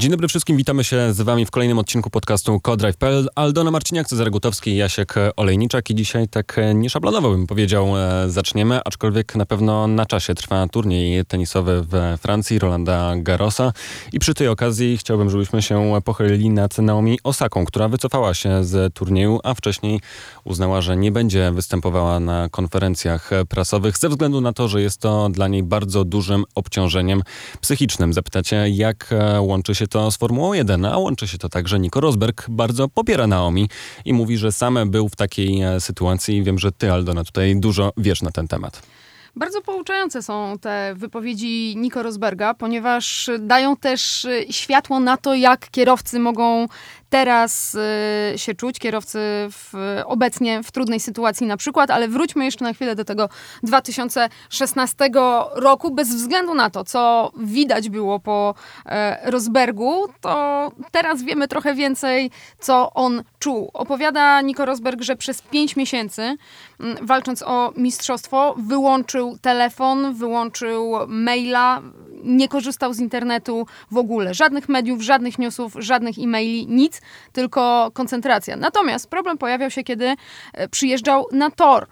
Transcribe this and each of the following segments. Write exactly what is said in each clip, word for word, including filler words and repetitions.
Dzień dobry wszystkim, witamy się z wami w kolejnym odcinku podcastu Codrive kropka p l. Aldona Marciniak, Cezary Gutowski i Jasiek Olejniczak. I dzisiaj tak nieszablonowo bym powiedział zaczniemy, aczkolwiek na pewno na czasie trwa turniej tenisowy we Francji, Rolanda Garrosa. I przy tej okazji chciałbym, żebyśmy się pochylili nad Naomi Osaką, która wycofała się z turnieju, a wcześniej uznała, że nie będzie występowała na konferencjach prasowych ze względu na to, że jest to dla niej bardzo dużym obciążeniem psychicznym. Zapytacie, jak łączy się to z Formułą jeden, a łączy się to tak, że Nico Rosberg bardzo popiera Naomi i mówi, że sam był w takiej sytuacji i wiem, że ty, Aldona, tutaj dużo wiesz na ten temat. Bardzo pouczające są te wypowiedzi Nico Rosberga, ponieważ dają też światło na to, jak kierowcy mogą teraz y, się czuć, kierowcy w, obecnie w trudnej sytuacji na przykład, ale wróćmy jeszcze na chwilę do tego dwa tysiące szesnastego roku. Bez względu na to, co widać było po e, Rosbergu, to teraz wiemy trochę więcej, co on czuł. Opowiada Nico Rosberg, że przez pięć miesięcy, m, walcząc o mistrzostwo, wyłączył telefon, wyłączył maila, nie korzystał z internetu w ogóle. Żadnych mediów, żadnych newsów, żadnych e-maili, nic, tylko koncentracja. Natomiast problem pojawiał się, kiedy przyjeżdżał na tor,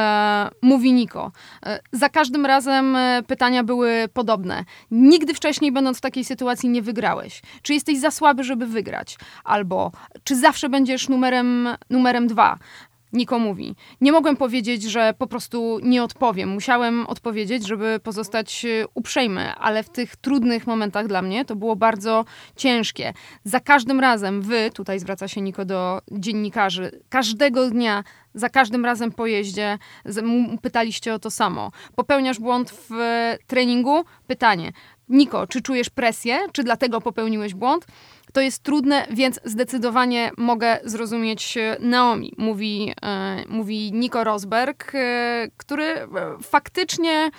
e, mówi Nico. E, za każdym razem pytania były podobne. Nigdy wcześniej, będąc w takiej sytuacji, nie wygrałeś. Czy jesteś za słaby, żeby wygrać? Albo czy zawsze będziesz numerem, numerem dwa? Nico mówi, nie mogłem powiedzieć, że po prostu nie odpowiem. Musiałem odpowiedzieć, żeby pozostać uprzejmy, ale w tych trudnych momentach dla mnie to było bardzo ciężkie. Za każdym razem wy, tutaj zwraca się Nico do dziennikarzy, każdego dnia, za każdym razem po jeździe pytaliście o to samo. Popełniasz błąd w treningu? Pytanie. Nico, czy czujesz presję? Czy dlatego popełniłeś błąd? To jest trudne, więc zdecydowanie mogę zrozumieć Naomi, mówi, e, mówi Nico Rosberg, e, który e, faktycznie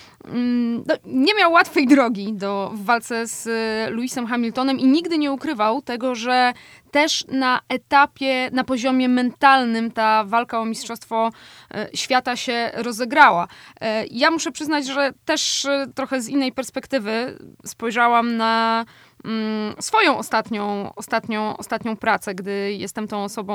mm, no, nie miał łatwej drogi do, w walce z Lewisem Hamiltonem i nigdy nie ukrywał tego, że też na etapie, na poziomie mentalnym ta walka o mistrzostwo e, świata się rozegrała. E, ja muszę przyznać, że też e, trochę z innej perspektywy spojrzałam na swoją ostatnią, ostatnią, ostatnią pracę, gdy jestem tą osobą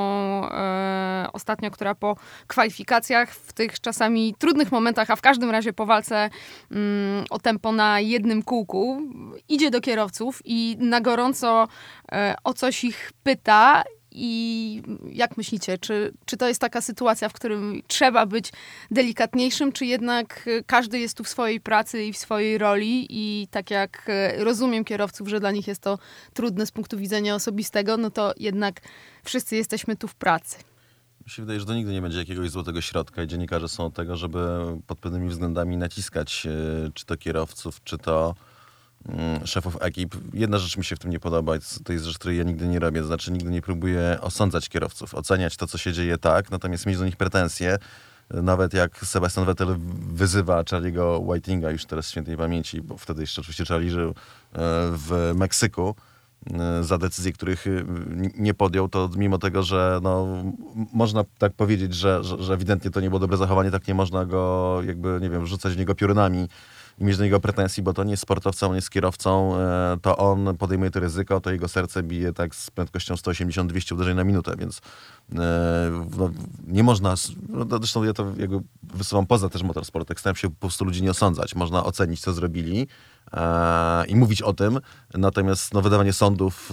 e, ostatnio, która po kwalifikacjach w tych czasami trudnych momentach, a w każdym razie po walce mm, o tempo na jednym kółku, idzie do kierowców i na gorąco e, o coś ich pyta. I jak myślicie, czy, czy to jest taka sytuacja, w którym trzeba być delikatniejszym, czy jednak każdy jest tu w swojej pracy i w swojej roli i tak jak rozumiem kierowców, że dla nich jest to trudne z punktu widzenia osobistego, no to jednak wszyscy jesteśmy tu w pracy. Mi się wydaje, że to nigdy nie będzie jakiegoś złotego środka i dziennikarze są od tego, żeby pod pewnymi względami naciskać czy to kierowców, czy to szefów ekip. Jedna rzecz mi się w tym nie podoba, to jest rzecz, której ja nigdy nie robię, to znaczy nigdy nie próbuję osądzać kierowców, oceniać to, co się dzieje tak, natomiast mieć do nich pretensje, nawet jak Sebastian Vettel wyzywa Charlie'ego Whitinga, już teraz z świętej pamięci, bo wtedy jeszcze oczywiście Charlie żył w Meksyku, za decyzje, których nie podjął, to mimo tego, że no, można tak powiedzieć, że, że, że ewidentnie to nie było dobre zachowanie, tak nie można go jakby, nie wiem, rzucać w niego piorunami i mieć do niego pretensji, bo to nie jest sportowcem, on jest kierowcą, to on podejmuje to ryzyko, to jego serce bije tak z prędkością sto osiemdziesiąt do dwieście uderzeń na minutę, więc no, nie można, no, zresztą ja to jakby wysuwam poza też motorsport, tak staram się po prostu ludzi nie osądzać, można ocenić, co zrobili e, i mówić o tym, natomiast no, wydawanie sądów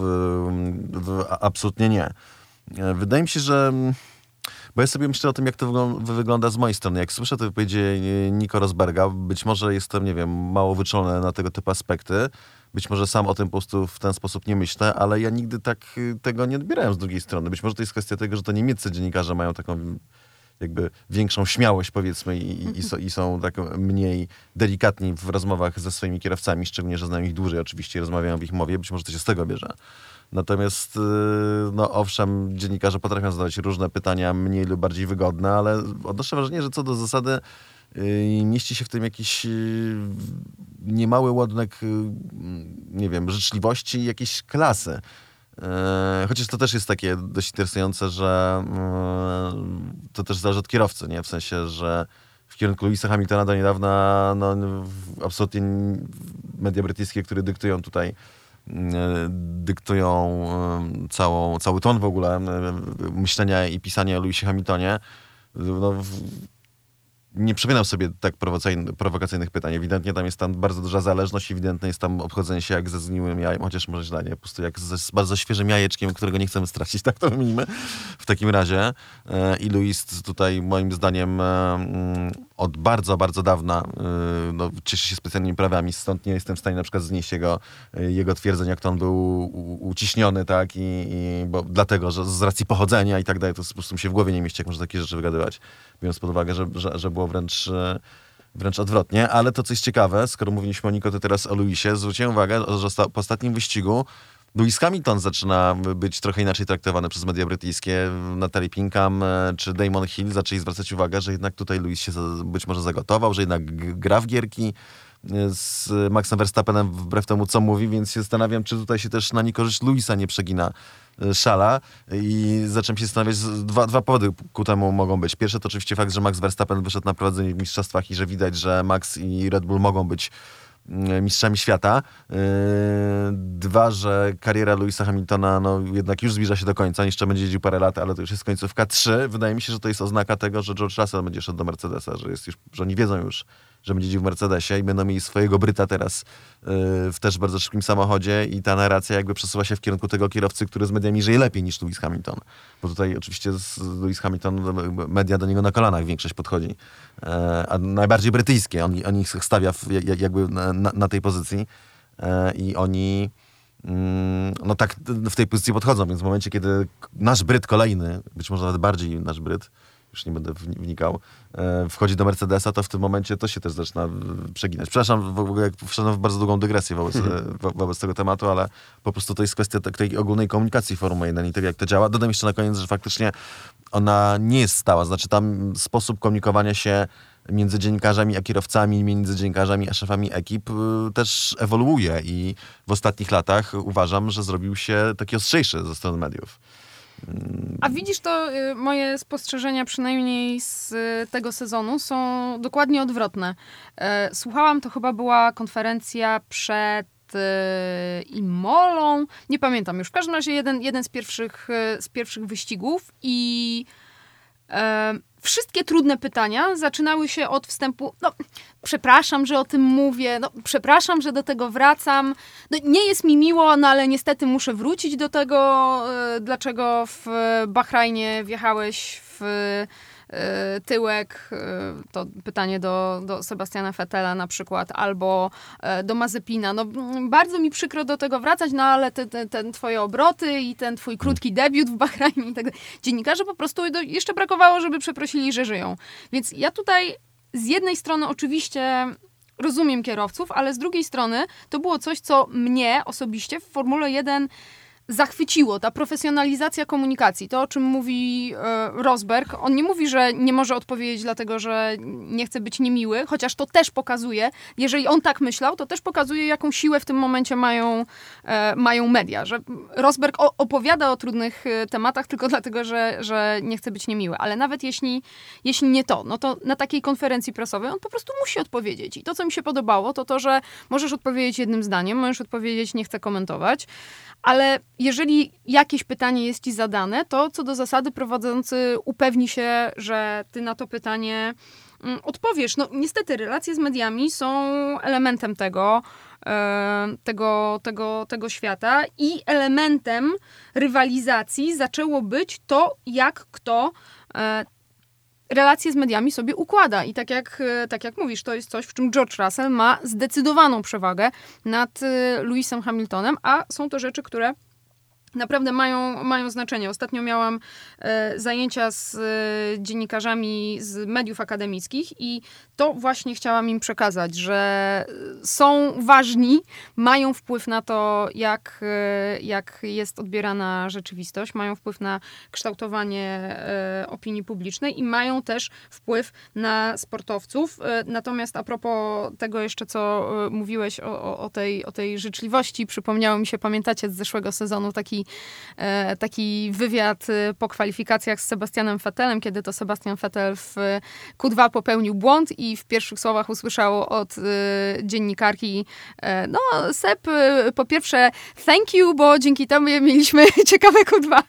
e, absolutnie nie. E, wydaje mi się, że bo ja sobie myślę o tym, jak to wygląda, wygląda z mojej strony. Jak słyszę te wypowiedzi Nico Rosberga, być może jestem, nie wiem, mało wyczulony na tego typu aspekty. Być może sam o tym po prostu w ten sposób nie myślę, ale ja nigdy tak tego nie odbierałem z drugiej strony. Być może to jest kwestia tego, że to niemieccy dziennikarze mają taką jakby większą śmiałość, powiedzmy, i, i, so, i są tak mniej delikatni w rozmowach ze swoimi kierowcami, szczególnie, że znam ich dłużej oczywiście i rozmawiają w ich mowie. Być może to się z tego bierze. Natomiast, no owszem, dziennikarze potrafią zadawać różne pytania, mniej lub bardziej wygodne, ale odnoszę wrażenie, że co do zasady yy, mieści się w tym jakiś yy, niemały ładunek, yy, nie wiem, życzliwości i jakiejś klasy. Yy, chociaż to też jest takie dość interesujące, że yy, to też zależy od kierowcy, nie? W sensie, że w kierunku Lewisa Hamiltona do niedawna no, absolutnie media brytyjskie, które dyktują tutaj dyktują całą, cały ton w ogóle myślenia i pisania o Lewisie Hamiltonie, no, nie przypominam sobie tak prowokacyjnych pytań. Ewidentnie tam jest tam bardzo duża zależność, ewidentnie jest tam obchodzenie się jak ze zgniłym jajem, chociaż może źle, nie, po prostu jak z bardzo świeżym jajeczkiem, którego nie chcemy stracić, tak to wymienimy w takim razie. I Lewis tutaj moim zdaniem od bardzo, bardzo dawna no, cieszy się specjalnymi prawami, stąd nie jestem w stanie na przykład znieść jego, jego twierdzeń, jak to on był uciśniony, tak, i, i bo dlatego, że z racji pochodzenia i tak dalej, to po prostu mi się w głowie nie mieści, jak można takie rzeczy wygadywać, biorąc pod uwagę, że, że, że było wręcz, wręcz odwrotnie. Ale to, co jest ciekawe, skoro mówiliśmy o Nico, to teraz o Lewisie, zwróciłem uwagę, że po ostatnim wyścigu Lewis Hamilton zaczyna być trochę inaczej traktowany przez media brytyjskie. Natalie Pinkham czy Damon Hill zaczęli zwracać uwagę, że jednak tutaj Lewis się być może zagotował, że jednak gra w gierki z Maxem Verstappenem wbrew temu, co mówi, więc się zastanawiam, czy tutaj się też na niekorzyść Lewisa nie przegina szala i zacząłem się zastanawiać, dwa, dwa powody ku temu mogą być. Pierwsze to oczywiście fakt, że Max Verstappen wyszedł na prowadzenie w mistrzostwach i że widać, że Max i Red Bull mogą być mistrzami świata. Dwa, że kariera Lewisa Hamiltona no, jednak już zbliża się do końca, jeszcze będzie jeździł parę lat, ale to już jest końcówka. Trzy, wydaje mi się, że to jest oznaka tego, że George Russell będzie szedł do Mercedesa, że, jest już, że oni wiedzą już, że będzie jeździł w Mercedesie i będą mieli swojego Bryta teraz yy, w też bardzo szybkim samochodzie i ta narracja jakby przesuwa się w kierunku tego kierowcy, który z mediami żyje lepiej niż Lewis Hamilton. Bo tutaj oczywiście z Lewis Hamilton, media do niego na kolanach większość podchodzi. Yy, a najbardziej brytyjskie. On, on ich stawia w, jakby na, na, na tej pozycji yy, i oni yy, no tak w tej pozycji podchodzą, więc w momencie, kiedy nasz Bryt kolejny, być może nawet bardziej nasz Bryt, już nie będę wnikał, wchodzi do Mercedesa, to w tym momencie to się też zaczyna przeginać. Przepraszam, w ogóle jak wszedłem w bardzo długą dygresję wobec, wobec tego tematu, ale po prostu to jest kwestia tej ogólnej komunikacji Formuły jeden i tego, jak to działa. Dodam jeszcze na koniec, że faktycznie ona nie jest stała. Znaczy tam sposób komunikowania się między dziennikarzami a kierowcami, między dziennikarzami a szefami ekip też ewoluuje i w ostatnich latach uważam, że zrobił się taki ostrzejszy ze strony mediów. A widzisz, to y, moje spostrzeżenia przynajmniej z y, tego sezonu są dokładnie odwrotne. E, słuchałam, to chyba była konferencja przed y, Imolą, nie pamiętam już. W każdym razie jeden, jeden z, pierwszych, y, z pierwszych wyścigów i e, wszystkie trudne pytania zaczynały się od wstępu, no przepraszam, że o tym mówię, no przepraszam, że do tego wracam, no, nie jest mi miło, no ale niestety muszę wrócić do tego, y, dlaczego w Bahrajnie wjechałeś w y, tyłek, y, to pytanie do, do Sebastiana Vettela na przykład, albo y, do Mazepina, no bardzo mi przykro do tego wracać, no ale te, te, ten twoje obroty i ten twój krótki debiut w Bahrajnie i tak dalej. Dziennikarze po prostu do, jeszcze brakowało, żeby przeprosili, że żyją. Więc ja tutaj z jednej strony oczywiście rozumiem kierowców, ale z drugiej strony to było coś, co mnie osobiście w Formule jeden zachwyciło, ta profesjonalizacja komunikacji. To, o czym mówi e, Rosberg, on nie mówi, że nie może odpowiedzieć dlatego, że nie chce być niemiły, chociaż to też pokazuje, jeżeli on tak myślał, to też pokazuje, jaką siłę w tym momencie mają, e, mają media, że Rosberg o, opowiada o trudnych e, tematach tylko dlatego, że, że nie chce być niemiły, ale nawet jeśli, jeśli nie to, no to na takiej konferencji prasowej on po prostu musi odpowiedzieć. I to, co mi się podobało, to to, że możesz odpowiedzieć jednym zdaniem, możesz odpowiedzieć, nie chcę komentować, ale jeżeli jakieś pytanie jest ci zadane, to co do zasady prowadzący upewni się, że ty na to pytanie mm, odpowiesz. No niestety relacje z mediami są elementem tego, e, tego, tego, tego świata i elementem rywalizacji zaczęło być to, jak kto e, relacje z mediami sobie układa. I tak jak, tak jak mówisz, to jest coś, w czym George Russell ma zdecydowaną przewagę nad Lewisem Hamiltonem, a są to rzeczy, które naprawdę mają, mają znaczenie. Ostatnio miałam e, zajęcia z e, dziennikarzami z mediów akademickich i to właśnie chciałam im przekazać, że są ważni, mają wpływ na to, jak, e, jak jest odbierana rzeczywistość, mają wpływ na kształtowanie e, opinii publicznej i mają też wpływ na sportowców. E, natomiast a propos tego jeszcze, co e, mówiłeś o, o, o, tej, o tej życzliwości, przypomniało mi się, pamiętacie z zeszłego sezonu taki taki, e, taki wywiad po kwalifikacjach z Sebastianem Vettelem, kiedy to Sebastian Vettel w Q dwa popełnił błąd i w pierwszych słowach usłyszał od e, dziennikarki, e, no Seb, e, po pierwsze thank you, bo dzięki temu mieliśmy ciekawe Q dwa.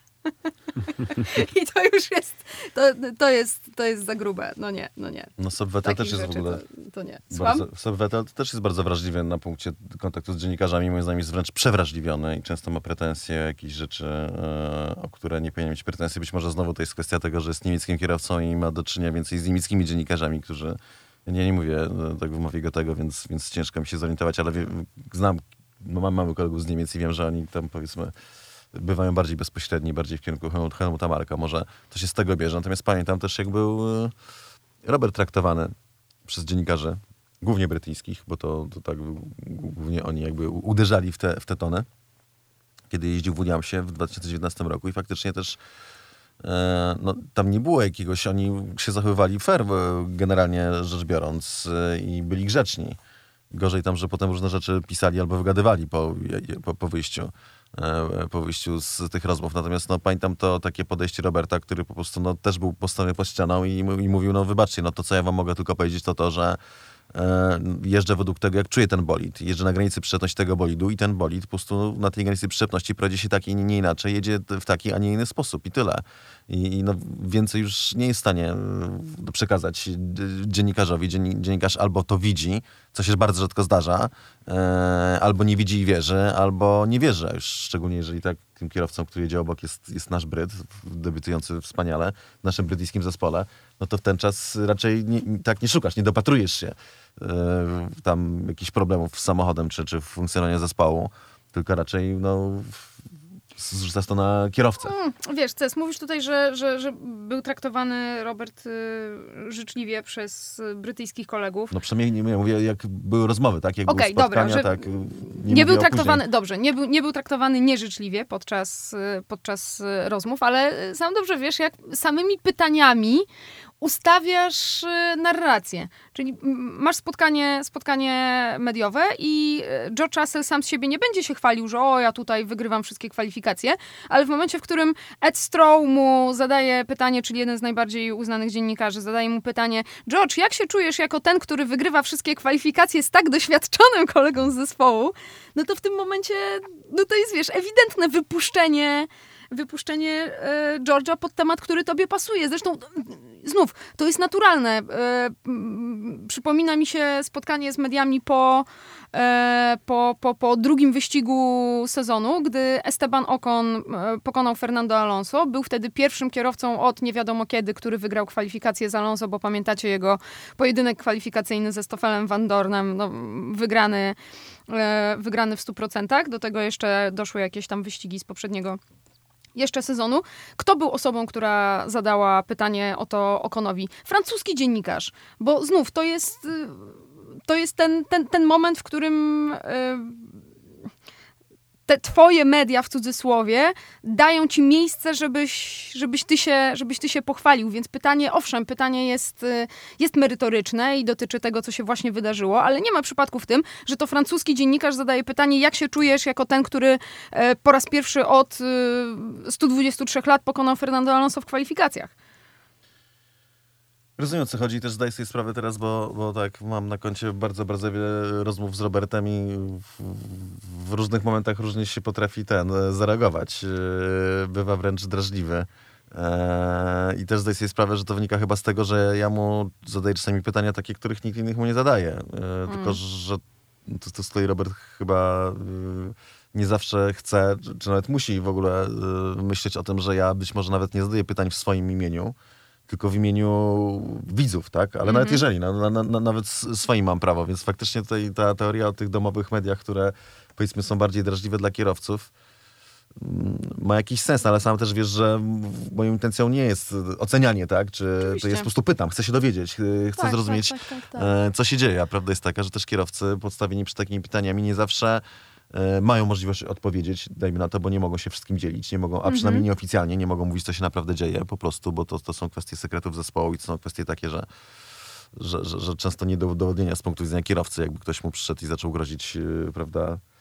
I to już jest, to, to jest, to jest za grube. No nie, no nie. No Seb Vettel też jest w ogóle... To, to nie. Bardzo, Seb Vettel też jest bardzo wrażliwy na punkcie kontaktu z dziennikarzami. Moim zdaniem jest wręcz przewrażliwiony i często ma pretensje o jakieś rzeczy, e, o które nie powinien mieć pretensji. Być może znowu to jest kwestia tego, że jest niemieckim kierowcą i ma do czynienia więcej z niemieckimi dziennikarzami, którzy... Ja nie mówię tak wymowie go tego, więc, więc ciężko mi się zorientować, ale wie, znam, no mam mały kolegów z Niemiec i wiem, że oni tam powiedzmy bywają bardziej bezpośredni, bardziej w kierunku Helmuta Marka. Może to się z tego bierze. Natomiast pamiętam też, jak był Robert traktowany przez dziennikarzy, głównie brytyjskich, bo to, to tak głównie oni jakby uderzali w te, w te tony, kiedy jeździł w Williamsie w dwa tysiące dziewiętnastym roku i faktycznie też e, no, tam nie było jakiegoś, oni się zachowywali fair generalnie rzecz biorąc e, i byli grzeczni. Gorzej tam, że potem różne rzeczy pisali albo wygadywali po, po, po wyjściu. po wyjściu z tych rozmów. Natomiast no, pamiętam to takie podejście Roberta, który po prostu no, też był postawiony pod ścianą i, i mówił, no wybaczcie, no to co ja wam mogę tylko powiedzieć, to to, że e, jeżdżę według tego, jak czuję ten bolid. Jeżdżę na granicy przyczepności tego bolidu i ten bolid po prostu na tej granicy przyczepności prowadzi się tak i nie inaczej, jedzie w taki, a nie inny sposób i tyle. I, i no, więcej już nie jest w stanie przekazać dziennikarzowi. Dziennikarz albo to widzi, co się bardzo rzadko zdarza, e, albo nie widzi i wierzy, albo nie wierzy. Już szczególnie jeżeli tak tym kierowcą, który jedzie obok jest, jest nasz Bryt, debiutujący wspaniale w naszym brytyjskim zespole, no to w ten czas raczej nie, tak nie szukasz, nie dopatrujesz się e, tam jakichś problemów z samochodem czy, czy funkcjonowania zespołu, tylko raczej no zrzucasz to na kierowcę. Mm, wiesz, Ces, mówisz tutaj, że, że, że był traktowany Robert y, życzliwie przez brytyjskich kolegów. No przynajmniej nie mówię, jak były rozmowy, tak? Jak Okej, były spotkania, dobra, że tak? Nie, nie był traktowany, dobrze, nie był, nie był traktowany nieżyczliwie podczas, podczas rozmów, ale sam dobrze wiesz, jak samymi pytaniami ustawiasz narrację. Czyli masz spotkanie, spotkanie mediowe i George Russell sam z siebie nie będzie się chwalił, że o, ja tutaj wygrywam wszystkie kwalifikacje, ale w momencie, w którym Ed Stroll mu zadaje pytanie, czyli jeden z najbardziej uznanych dziennikarzy, zadaje mu pytanie, George, jak się czujesz jako ten, który wygrywa wszystkie kwalifikacje z tak doświadczonym kolegą z zespołu? No to w tym momencie, no to jest, wiesz, ewidentne wypuszczenie wypuszczenie e, George'a pod temat, który tobie pasuje. Zresztą znów, to jest naturalne. E, m, przypomina mi się spotkanie z mediami po, e, po, po, po drugim wyścigu sezonu, gdy Esteban Ocon e, pokonał Fernando Alonso. Był wtedy pierwszym kierowcą od nie wiadomo kiedy, który wygrał kwalifikację z Alonso, bo pamiętacie jego pojedynek kwalifikacyjny ze Stoffelem Van Dornem, no, wygrany, e, wygrany w stu procentach. Do tego jeszcze doszły jakieś tam wyścigi z poprzedniego jeszcze sezonu. Kto był osobą, która zadała pytanie o to Oconowi? Francuski dziennikarz. Bo znów, to jest, to jest ten, ten, ten moment, w którym te twoje media, w cudzysłowie, dają ci miejsce, żebyś, żebyś, ty się, żebyś ty się pochwalił. Więc pytanie, owszem, pytanie jest, jest merytoryczne i dotyczy tego, co się właśnie wydarzyło, ale nie ma przypadku w tym, że to francuski dziennikarz zadaje pytanie, jak się czujesz jako ten, który po raz pierwszy od stu dwudziestu trzech lat pokonał Fernando Alonso w kwalifikacjach. Rozumiem, o co chodzi. Też zdaję sobie sprawę teraz, bo, bo tak mam na koncie bardzo, bardzo wiele rozmów z Robertem i w, w różnych momentach różnie się potrafi ten zareagować. Bywa wręcz drażliwy. I też zdaję sobie sprawę, że to wynika chyba z tego, że ja mu zadaję czasami pytania takie, których nikt innych mu nie zadaje. Mm. Tylko, że to, to z kolei Robert chyba nie zawsze chce, czy nawet musi w ogóle myśleć o tym, że ja być może nawet nie zadaję pytań w swoim imieniu, tylko w imieniu widzów, tak? Ale mm-hmm. nawet jeżeli, no, na, na, nawet swoim mam prawo, więc faktycznie tutaj ta teoria o tych domowych mediach, które powiedzmy są bardziej drażliwe dla kierowców, ma jakiś sens, ale sam też wiesz, że moją intencją nie jest ocenianie, tak? Czy Oczywiście. To jest po prostu pytam, chcę się dowiedzieć, chcę tak, zrozumieć, tak, tak, tak, tak. co się dzieje. A prawda jest taka, że też kierowcy podstawieni przed takimi pytaniami nie zawsze mają możliwość odpowiedzieć, dajmy na to, bo nie mogą się wszystkim dzielić, nie mogą, a przynajmniej mm-hmm. nieoficjalnie nie mogą mówić, co się naprawdę dzieje po prostu, bo to, to są kwestie sekretów zespołu i to są kwestie takie, że, że, że, że często nie do udowodnienia z punktu widzenia kierowcy, jakby ktoś mu przyszedł i zaczął grozić, yy, prawda,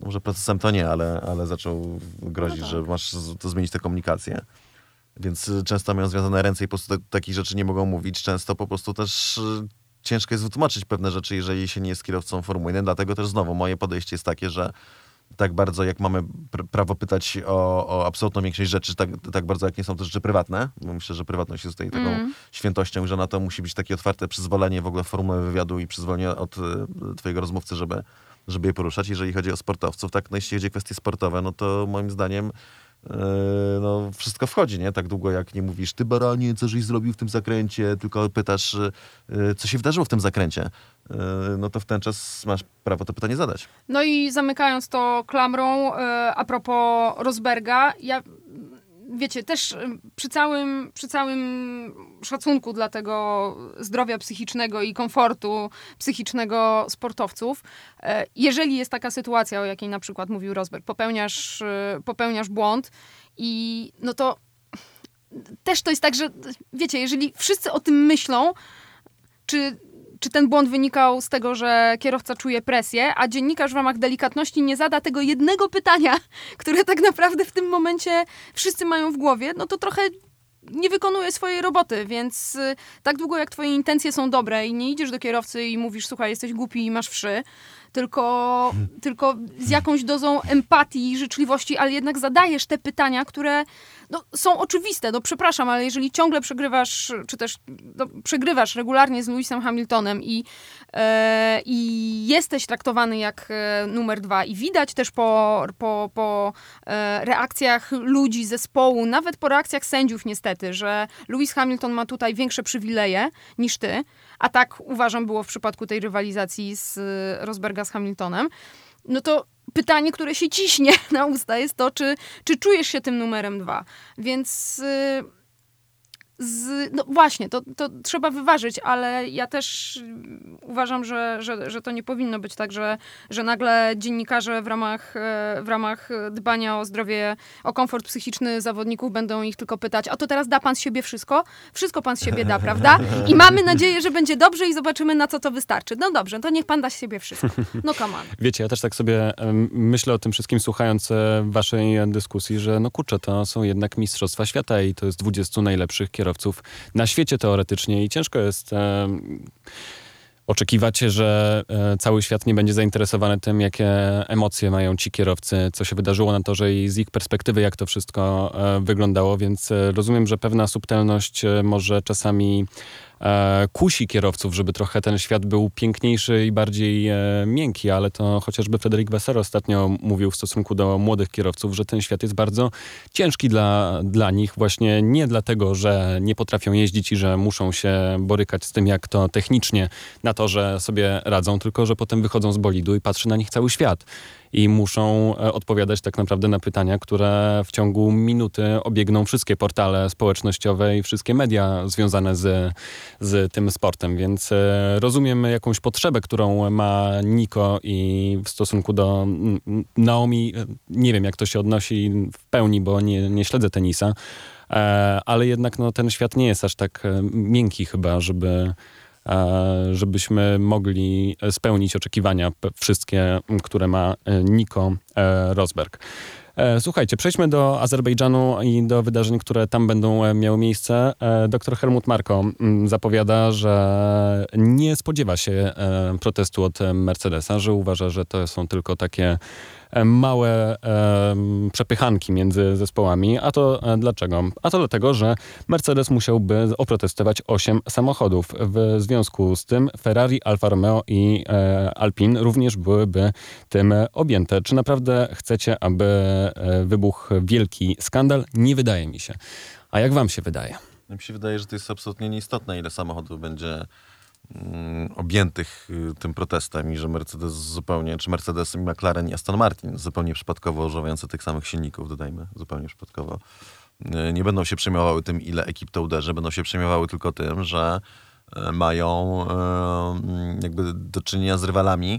może procesem to nie, ale, ale zaczął grozić, no tak. że masz to zmienić tę komunikację. Więc często mają związane ręce i po prostu t- takich rzeczy nie mogą mówić. Często po prostu też ciężko jest wytłumaczyć pewne rzeczy, jeżeli się nie jest kierowcą Formuły jeden. Dlatego też znowu moje podejście jest takie, że tak bardzo jak mamy pr- prawo pytać o, o absolutną większość rzeczy, tak, tak bardzo jak nie są to rzeczy prywatne, bo myślę, że prywatność jest tutaj taką mm. świętością, że na to musi być takie otwarte przyzwolenie w ogóle formuły wywiadu i przyzwolenie od y, twojego rozmówcy, żeby, żeby je poruszać. Jeżeli chodzi o sportowców, tak, no jeśli chodzi o kwestie sportowe, no to moim zdaniem no wszystko wchodzi, nie? Tak długo jak nie mówisz, ty baranie, co żeś zrobił w tym zakręcie, tylko pytasz, co się wydarzyło w tym zakręcie, no to w ten czas masz prawo to pytanie zadać. No i zamykając to klamrą, a propos Rosberga, ja wiecie, też przy całym, przy całym szacunku dla tego zdrowia psychicznego i komfortu psychicznego sportowców, jeżeli jest taka sytuacja, o jakiej na przykład mówił Rosberg, popełniasz, popełniasz błąd i no to też to jest tak, że wiecie, jeżeli wszyscy o tym myślą, czy czy ten błąd wynikał z tego, że kierowca czuje presję, a dziennikarz w ramach delikatności nie zada tego jednego pytania, które tak naprawdę w tym momencie wszyscy mają w głowie, no to trochę nie wykonuje swojej roboty, więc tak długo jak twoje intencje są dobre i nie idziesz do kierowcy i mówisz, słuchaj, jesteś głupi i masz wszy, tylko, hmm. tylko z jakąś dozą empatii i życzliwości, ale jednak zadajesz te pytania, które no, są oczywiste. No przepraszam, ale jeżeli ciągle przegrywasz, czy też no, przegrywasz regularnie z Lewisem Hamiltonem i, e, i jesteś traktowany jak e, numer dwa i widać też po, po, po e, reakcjach ludzi, zespołu, nawet po reakcjach sędziów niestety, że Lewis Hamilton ma tutaj większe przywileje niż ty, a tak uważam było w przypadku tej rywalizacji z Rosberga z Hamiltonem, no to pytanie, które się ciśnie na usta jest to, czy, czy czujesz się tym numerem dwa. Więc yy, z, no właśnie, to, to trzeba wyważyć, ale ja też uważam, że, że, że to nie powinno być tak, że, że nagle dziennikarze w ramach, w ramach dbania o zdrowie, o komfort psychiczny zawodników będą ich tylko pytać, a to teraz da pan z siebie wszystko? Wszystko pan z siebie da, prawda? I mamy nadzieję, że będzie dobrze i zobaczymy, na co to wystarczy. No dobrze, to niech pan da z siebie wszystko. No come on. Wiecie, ja też tak sobie um, myślę o tym wszystkim, słuchając e, waszej dyskusji, że no kurczę, to są jednak mistrzostwa świata i to jest dwudziestu najlepszych kierowców na świecie teoretycznie i ciężko jest e, oczekiwać, że e, cały świat nie będzie zainteresowany tym, jakie emocje mają ci kierowcy, co się wydarzyło na torze i z ich perspektywy, jak to wszystko e, wyglądało, więc e, rozumiem, że pewna subtelność e, może czasami e, kusi kierowców, żeby trochę ten świat był piękniejszy i bardziej e, miękki, ale to chociażby Frédéric Vasseur ostatnio mówił w stosunku do młodych kierowców, że ten świat jest bardzo ciężki dla, dla nich, właśnie nie dlatego, że nie potrafią jeździć i że muszą się borykać z tym, jak to technicznie na torze sobie radzą, tylko że potem wychodzą z bolidu i patrzy na nich cały świat. I muszą odpowiadać tak naprawdę na pytania, które w ciągu minuty obiegną wszystkie portale społecznościowe i wszystkie media związane z, z tym sportem. Więc rozumiem jakąś potrzebę, którą ma Nico i w stosunku do Naomi. Nie wiem, jak to się odnosi w pełni, bo nie, nie śledzę tenisa, ale jednak no, ten świat nie jest aż tak miękki chyba, żeby... żebyśmy mogli spełnić oczekiwania wszystkie, które ma Nico Rosberg. Słuchajcie, przejdźmy do Azerbejdżanu i do wydarzeń, które tam będą miały miejsce. Doktor Helmut Marko zapowiada, że nie spodziewa się protestu od Mercedesa, że uważa, że to są tylko takie małe e, przepychanki między zespołami. A to e, dlaczego? A to dlatego, że Mercedes musiałby oprotestować osiem samochodów. W związku z tym Ferrari, Alfa Romeo i e, Alpine również byłyby tym objęte. Czy naprawdę chcecie, aby e, wybuchł wielki skandal? Nie wydaje mi się. A jak wam się wydaje? Mi się wydaje, że to jest absolutnie nieistotne, ile samochodów będzie objętych tym protestem i że Mercedes zupełnie, czy Mercedes i McLaren i Aston Martin zupełnie przypadkowo używające tych samych silników, dodajmy, zupełnie przypadkowo, nie będą się przejmowały tym, ile ekip to uderzy, będą się przejmowały tylko tym, że mają jakby do czynienia z rywalami,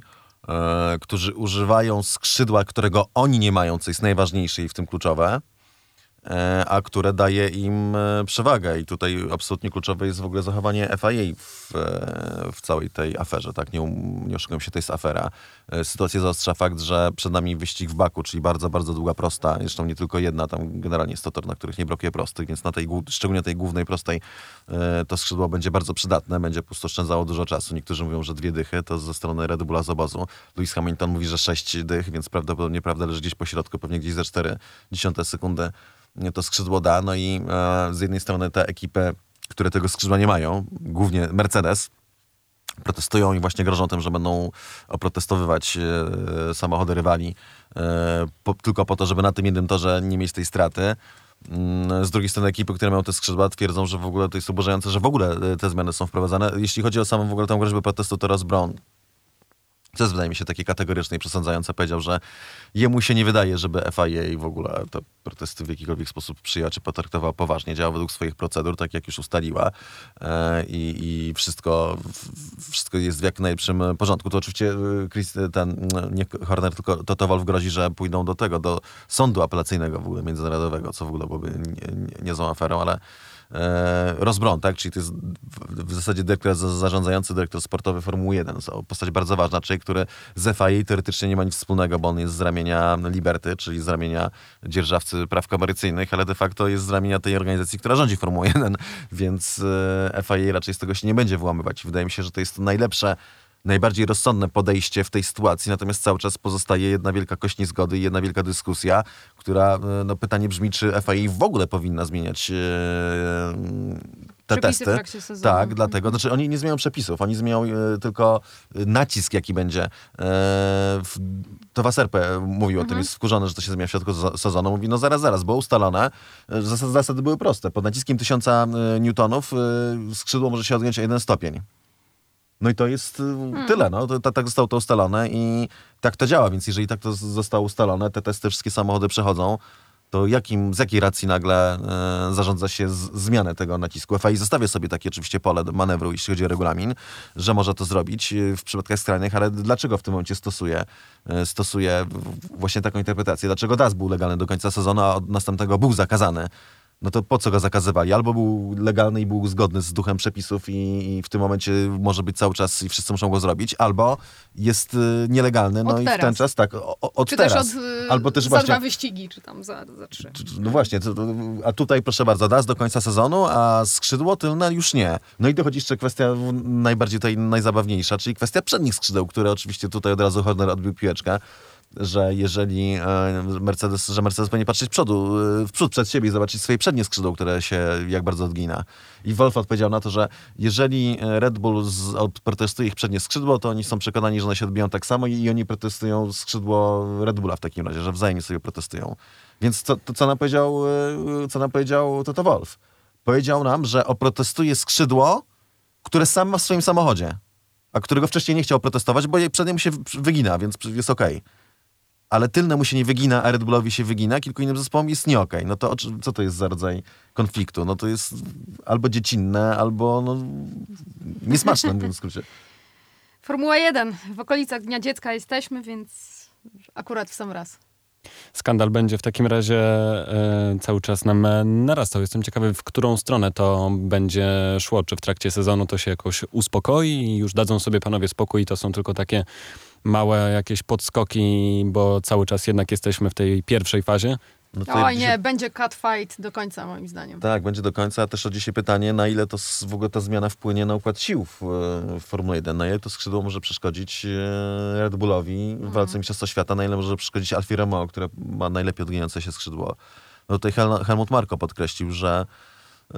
którzy używają skrzydła, którego oni nie mają, co jest najważniejsze i w tym kluczowe, a które daje im przewagę. I tutaj absolutnie kluczowe jest w ogóle zachowanie F I A w, w całej tej aferze. Tak? Nie, nie oszukujmy się, to jest afera. Sytuację zaostrza fakt, że przed nami wyścig w Baku, czyli bardzo, bardzo długa prosta. Zresztą nie tylko jedna, tam generalnie jest to tor, na których nie brakuje prostych, więc na tej, szczególnie tej głównej prostej to skrzydło będzie bardzo przydatne, będzie po prostu oszczędzało dużo czasu. Niektórzy mówią, że dwie dychy, to ze strony Red Bulla z obozu. Lewis Hamilton mówi, że sześć dych, więc prawdopodobnie prawda leży gdzieś po środku, pewnie gdzieś za cztery dziesiąte sekundy to skrzydło da. No i e, z jednej strony te ekipy, które tego skrzydła nie mają, głównie Mercedes, protestują i właśnie grożą tym, że będą oprotestowywać e, samochody rywali e, po, tylko po to, żeby na tym jednym torze nie mieć tej straty. Z drugiej strony ekipy, które mają te skrzydła, twierdzą, że w ogóle to jest oburzające, że w ogóle te zmiany są wprowadzane. Jeśli chodzi o samą w ogóle tą groźbę protestu, to Ross Brown, co jest, wydaje mi się, takie kategoryczne i przesądzające, powiedział, że jemu się nie wydaje, żeby F I A w ogóle te protesty w jakikolwiek sposób przyjęła czy potraktowała poważnie. Działa według swoich procedur, tak jak już ustaliła e, i, i wszystko, w, wszystko jest w jak najlepszym porządku. To oczywiście Chris, ten, nie Horner, tylko Toto Wolff grozi, że pójdą do tego, do sądu apelacyjnego w ogóle międzynarodowego, co w ogóle byłoby nie, nie, niezłą aferą, ale Ross Brown, tak? Czyli to jest w, w zasadzie dyrektor zarządzający, dyrektor sportowy Formuły jeden. To postać bardzo ważna, czyli który z F I A teoretycznie nie ma nic wspólnego, bo on jest z ramienia Liberty, czyli z ramienia dzierżawcy praw komercyjnych, ale de facto jest z ramienia tej organizacji, która rządzi Formułą jeden, więc F I A raczej z tego się nie będzie wyłamywać. Wydaje mi się, że to jest najlepsze, najbardziej rozsądne podejście w tej sytuacji, natomiast cały czas pozostaje jedna wielka kość niezgody i jedna wielka dyskusja, która, no pytanie brzmi, czy F I A w ogóle powinna zmieniać e, te Przepisy testy. w trakcie sezonu. Tak, dlatego, znaczy oni nie zmienią przepisów, oni zmienią e, tylko nacisk, jaki będzie. E, w, to Wasserpe mówił mhm. o tym, jest wkurzony, że to się zmienia w środku sezonu. Mówi, no zaraz, zaraz, było ustalone, zasady, zasady były proste. Pod naciskiem tysiąca newtonów e, skrzydło może się odgiąć o jeden stopień. No i to jest hmm. tyle, no. To, to, tak zostało to ustalone i tak to działa, więc jeżeli tak to zostało ustalone, te testy wszystkie samochody przechodzą, to jakim, z jakiej racji nagle e, zarządza się z, zmianę tego nacisku? F I A zostawia sobie takie oczywiście pole manewru, jeśli chodzi o regulamin, że może to zrobić w przypadkach skrajnych, ale dlaczego w tym momencie stosuje, e, stosuje właśnie taką interpretację? Dlaczego D A S był legalny do końca sezonu, a od następnego był zakazany? No to po co go zakazywali? Albo był legalny i był zgodny z duchem przepisów i, i w tym momencie może być cały czas i wszyscy muszą go zrobić, albo jest y, nielegalny, no od i teraz. w ten czas, tak, o, od czy teraz. Też od, y, albo też za właśnie, dwa wyścigi, czy tam za, za trzy. No właśnie, to, to, a tutaj proszę bardzo, D A S do końca sezonu, a skrzydło tylne już nie. No i dochodzi jeszcze kwestia najbardziej tutaj najzabawniejsza, czyli kwestia przednich skrzydeł, które oczywiście tutaj od razu Horner odbił piłeczkę, że jeżeli Mercedes, że Mercedes powinien patrzeć w przodu, w przód przed siebie i zobaczyć swoje przednie skrzydło, które się jak bardzo odgina. I Wolff odpowiedział na to, że jeżeli Red Bull z, protestuje ich przednie skrzydło, to oni są przekonani, że one się odbiją tak samo i, i oni protestują skrzydło Red Bulla w takim razie, że wzajemnie sobie protestują. Więc co, to, co nam powiedział, co nam powiedział Toto Wolff? Powiedział nam, że oprotestuje skrzydło, które sam ma w swoim samochodzie, a którego wcześniej nie chciał protestować, bo przednie mu się wygina, więc jest okej. Okay. Ale tylne mu się nie wygina, a Red Bullowi się wygina, kilku innym zespołom jest nie okej. Okay. No to co to jest za rodzaj konfliktu? No to jest albo dziecinne, albo no, niesmaczne, mówiąc w skrócie. Formuła jeden. W okolicach Dnia Dziecka jesteśmy, więc akurat w sam raz. Skandal będzie w takim razie e, cały czas nam narastał. Jestem ciekawy, w którą stronę to będzie szło. Czy w trakcie sezonu to się jakoś uspokoi i już dadzą sobie panowie spokój i to są tylko takie małe jakieś podskoki, bo cały czas jednak jesteśmy w tej pierwszej fazie. No Oj nie, się... będzie catfight do końca moim zdaniem. Tak, będzie do końca. A też rodzi się pytanie, na ile to w ogóle ta zmiana wpłynie na układ sił w, w Formule jeden. Na ile to skrzydło może przeszkodzić Red Bullowi w walce Mistrzostwa Świata, na ile może przeszkodzić Alfie Romeo, które ma najlepiej odginiające się skrzydło. No tutaj Hel- Helmut Marko podkreślił, że yy,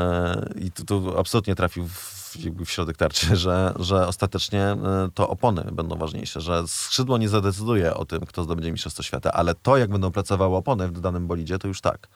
i tu, tu absolutnie trafił w w środek tarczy, że, że ostatecznie to opony będą ważniejsze, że skrzydło nie zadecyduje o tym, kto zdobędzie Mistrzostwo Świata, ale to, jak będą pracowały opony w danym bolidzie, to już tak.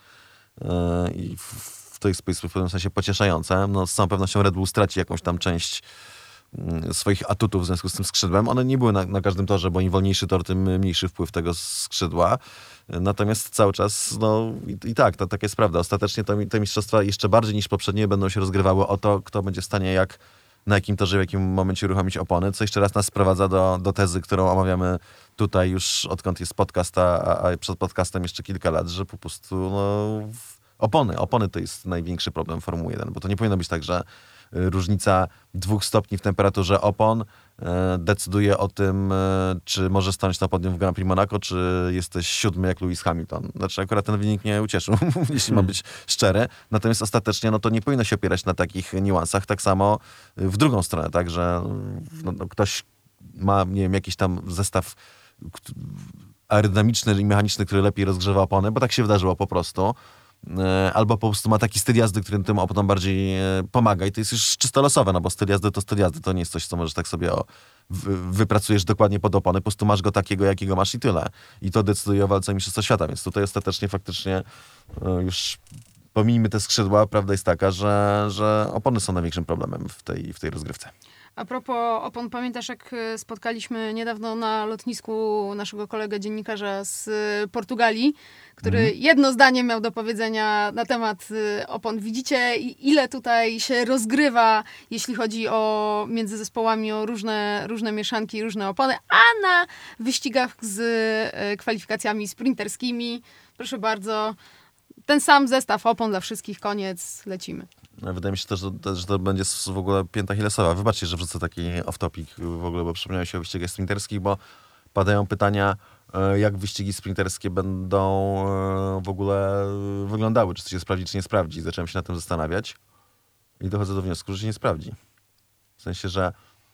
I to jest w pewnym sensie pocieszające. No, z całą pewnością Red Bull straci jakąś tam część swoich atutów w związku z tym skrzydłem. One nie były na, na każdym torze, bo im wolniejszy tor, tym mniejszy wpływ tego skrzydła. Natomiast cały czas, no i, i tak, to, tak jest prawda. Ostatecznie to, te mistrzostwa jeszcze bardziej niż poprzednie będą się rozgrywały o to, kto będzie w stanie jak na jakim torze, w jakim momencie uruchomić opony, co jeszcze raz nas sprowadza do, do tezy, którą omawiamy tutaj już odkąd jest podcast, a, a przed podcastem jeszcze kilka lat, że po prostu no, opony, opony to jest największy problem Formuły jeden, bo to nie powinno być tak, że różnica dwóch stopni w temperaturze opon e, decyduje o tym, e, czy możesz stanąć na podium w Grand Prix Monaco, czy jesteś siódmy jak Lewis Hamilton. Znaczy akurat ten wynik mnie ucieszył, jeśli ma być szczery. Natomiast ostatecznie no, to nie powinno się opierać na takich niuansach. Tak samo w drugą stronę, tak, że no, no, ktoś ma, nie wiem, jakiś tam zestaw aerodynamiczny i mechaniczny, który lepiej rozgrzewa opony, bo tak się wydarzyło po prostu. Albo po prostu ma taki styl jazdy, który tym oponom bardziej pomaga i to jest już czysto losowe, no bo styl jazdy to styl jazdy, to nie jest coś, co możesz tak sobie o, w, wypracujesz dokładnie pod opony, po prostu masz go takiego, jakiego masz i tyle. I to decyduje o walce Mistrzostwa Świata, więc tutaj ostatecznie faktycznie już pomijmy te skrzydła, prawda jest taka, że, że opony są największym problemem w tej, w tej rozgrywce. A propos opon, pamiętasz jak spotkaliśmy niedawno na lotnisku naszego kolegę dziennikarza z Portugalii, który mhm. jedno zdanie miał do powiedzenia na temat opon. Widzicie, ile tutaj się rozgrywa, jeśli chodzi o między zespołami, o różne, różne mieszanki, różne opony, a na wyścigach z kwalifikacjami sprinterskimi, proszę bardzo, ten sam zestaw opon dla wszystkich, koniec, lecimy. Wydaje mi się też, że to, że to będzie w ogóle pięta achillesowa. Wybaczcie, że wrzucę taki off-topic w ogóle, bo przypomniałem się o wyścigach sprinterskich, bo padają pytania, jak wyścigi sprinterskie będą w ogóle wyglądały, czy to się sprawdzi, czy nie sprawdzi. Zacząłem się nad tym zastanawiać i dochodzę do wniosku, że się nie sprawdzi. W sensie, że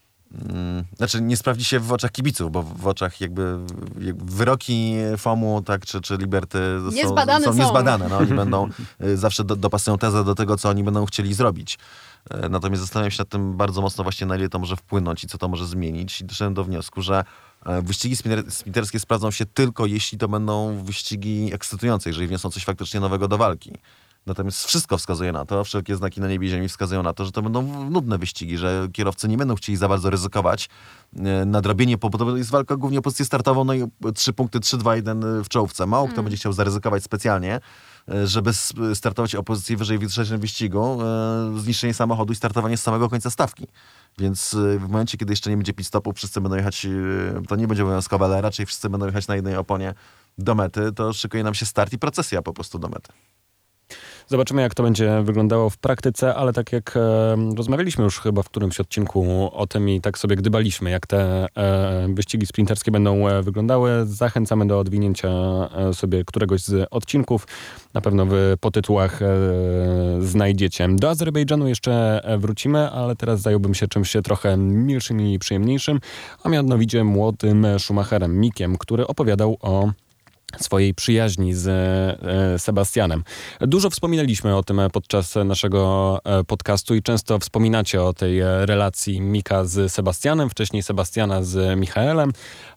mm, znaczy nie sprawdzi się w oczach kibiców, bo w oczach jakby, jakby wyroki F O M-u, tak, czy, czy Liberty niezbadane są, są są niezbadane. No, oni będą zawsze do, dopasują tezę do tego, co oni będą chcieli zrobić. Natomiast zastanawiam się nad tym bardzo mocno właśnie, na ile to może wpłynąć i co to może zmienić. I doszedłem do wniosku, że wyścigi sprinterskie sprawdzą się tylko, jeśli to będą wyścigi ekscytujące, jeżeli wniosą coś faktycznie nowego do walki. Natomiast wszystko wskazuje na to, wszelkie znaki na niebie i ziemi wskazują na to, że to będą nudne wyścigi, że kierowcy nie będą chcieli za bardzo ryzykować. Nadrobienie, bo to jest walka głównie o pozycję startową, no i trzy punkty, trzy, dwa, jeden w czołówce. Mało kto mm. będzie chciał zaryzykować specjalnie, żeby startować o pozycję wyżej w trzecim wyścigu, zniszczenie samochodu i startowanie z samego końca stawki. Więc w momencie, kiedy jeszcze nie będzie pit stopu, wszyscy będą jechać, to nie będzie obowiązkowe, ale raczej wszyscy będą jechać na jednej oponie do mety, to szykuje nam się start i procesja po prostu do mety. Zobaczymy, jak to będzie wyglądało w praktyce, ale tak jak e, rozmawialiśmy już chyba w którymś odcinku o tym i tak sobie gdybaliśmy, jak te e, wyścigi sprinterskie będą e, wyglądały, zachęcamy do odwinięcia e, sobie któregoś z odcinków. Na pewno wy po tytułach e, znajdziecie. Do Azerbejdżanu jeszcze wrócimy, ale teraz zająłbym się czymś trochę milszym i przyjemniejszym, a mianowicie młodym Schumacherem, Mickiem, który opowiadał o swojej przyjaźni z e, Sebastianem. Dużo wspominaliśmy o tym podczas naszego e, podcastu i często wspominacie o tej relacji Mika z Sebastianem, wcześniej Sebastiana z Michaelem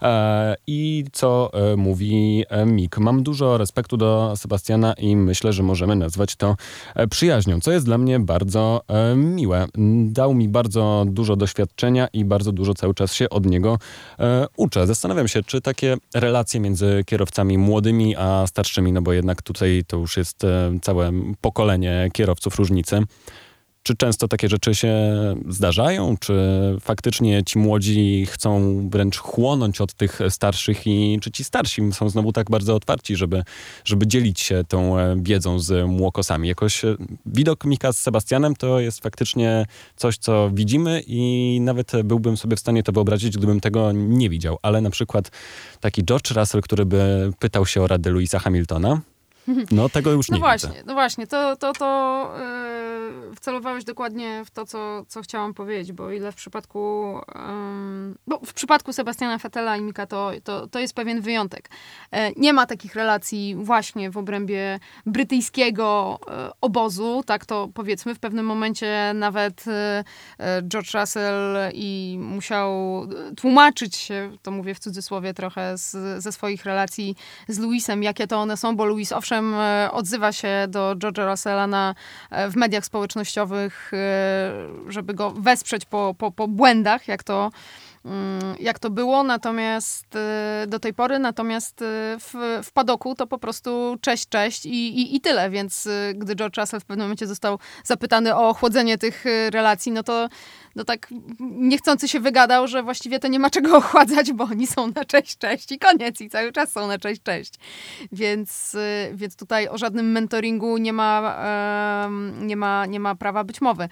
e, i co e, mówi e, Mik. Mam dużo respektu do Sebastiana i myślę, że możemy nazwać to e, przyjaźnią, co jest dla mnie bardzo e, miłe. Dał mi bardzo dużo doświadczenia i bardzo dużo cały czas się od niego e, uczę. Zastanawiam się, czy takie relacje między kierowcami młodymi a starszymi, no bo jednak tutaj to już jest e, całe pokolenie kierowców różnicy. Czy często takie rzeczy się zdarzają? Czy faktycznie ci młodzi chcą wręcz chłonąć od tych starszych i czy ci starsi są znowu tak bardzo otwarci, żeby, żeby dzielić się tą wiedzą z młokosami? Jakoś widok Mika z Sebastianem to jest faktycznie coś, co widzimy i nawet byłbym sobie w stanie to wyobrazić, gdybym tego nie widział. Ale na przykład taki George Russell, który by pytał się o radę Lewisa Hamiltona, no tego już no nie właśnie, widzę. No właśnie, to, to, to yy, wcelowałeś dokładnie w to, co, co chciałam powiedzieć, bo ile w przypadku yy, bo w przypadku Sebastiana Vettela i Mika to, to, to jest pewien wyjątek. Yy, nie ma takich relacji właśnie w obrębie brytyjskiego yy, obozu, tak to powiedzmy. W pewnym momencie nawet yy, George Russell i musiał tłumaczyć się, to mówię w cudzysłowie trochę, z, ze swoich relacji z Lewisem, jakie to one są, bo Lewis owszem odzywa się do George'a Russella na, w mediach społecznościowych, żeby go wesprzeć po, po, po błędach, jak to jak to było, natomiast do tej pory, natomiast w, w padoku to po prostu cześć, cześć i, i, i tyle, więc gdy George Russell w pewnym momencie został zapytany o ochłodzenie tych relacji, no to no tak niechcący się wygadał, że właściwie to nie ma czego ochładzać, bo oni są na cześć, cześć i koniec i cały czas są na cześć, cześć. Więc, więc tutaj o żadnym mentoringu nie ma, nie ma, nie ma prawa być mowy.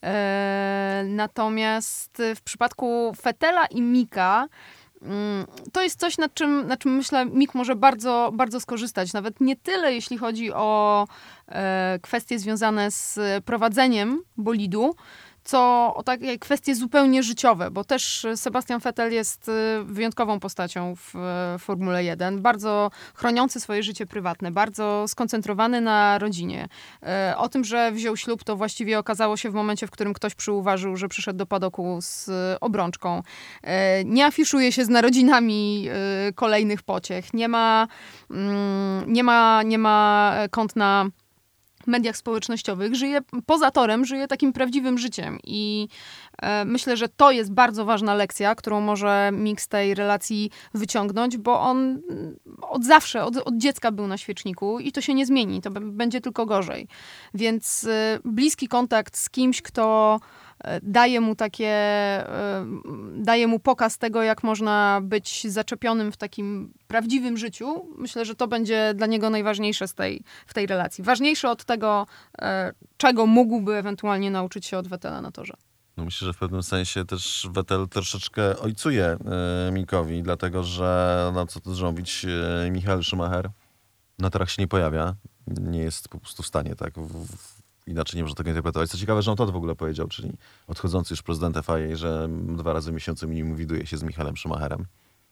Natomiast w przypadku Vettela i Mika to jest coś, nad czym, nad czym myślę, Mick może bardzo, bardzo skorzystać. Nawet nie tyle, jeśli chodzi o e, kwestie związane z prowadzeniem bolidu, co o takie kwestie zupełnie życiowe, bo też Sebastian Vettel jest wyjątkową postacią w Formule jeden, bardzo chroniący swoje życie prywatne, bardzo skoncentrowany na rodzinie. O tym, że wziął ślub, to właściwie okazało się w momencie, w którym ktoś przyuważył, że przyszedł do padoku z obrączką. Nie afiszuje się z narodzinami kolejnych pociech, nie ma, nie ma, nie ma kont na mediach społecznościowych, żyje poza torem, żyje takim prawdziwym życiem i e, myślę, że to jest bardzo ważna lekcja, którą może Mick z tej relacji wyciągnąć, bo on od zawsze, od, od dziecka był na świeczniku i to się nie zmieni, to b- będzie tylko gorzej. Więc e, bliski kontakt z kimś, kto daje mu takie, daje mu pokaz tego, jak można być zaczepionym w takim prawdziwym życiu. Myślę, że to będzie dla niego najważniejsze z tej, w tej relacji. Ważniejsze od tego, czego mógłby ewentualnie nauczyć się od Vettela na torze. No myślę, że w pewnym sensie też Vettel troszeczkę ojcuje y, Mickowi, dlatego że, no co tu zrobić, y, Michael Schumacher na torach się nie pojawia. Nie jest po prostu w stanie, tak, w, w, inaczej nie można tego interpretować. Co ciekawe, że on to w ogóle powiedział, czyli odchodzący już prezydent F I A, że dwa razy w miesiącu minimum widuje się z Michaelem Schumacherem.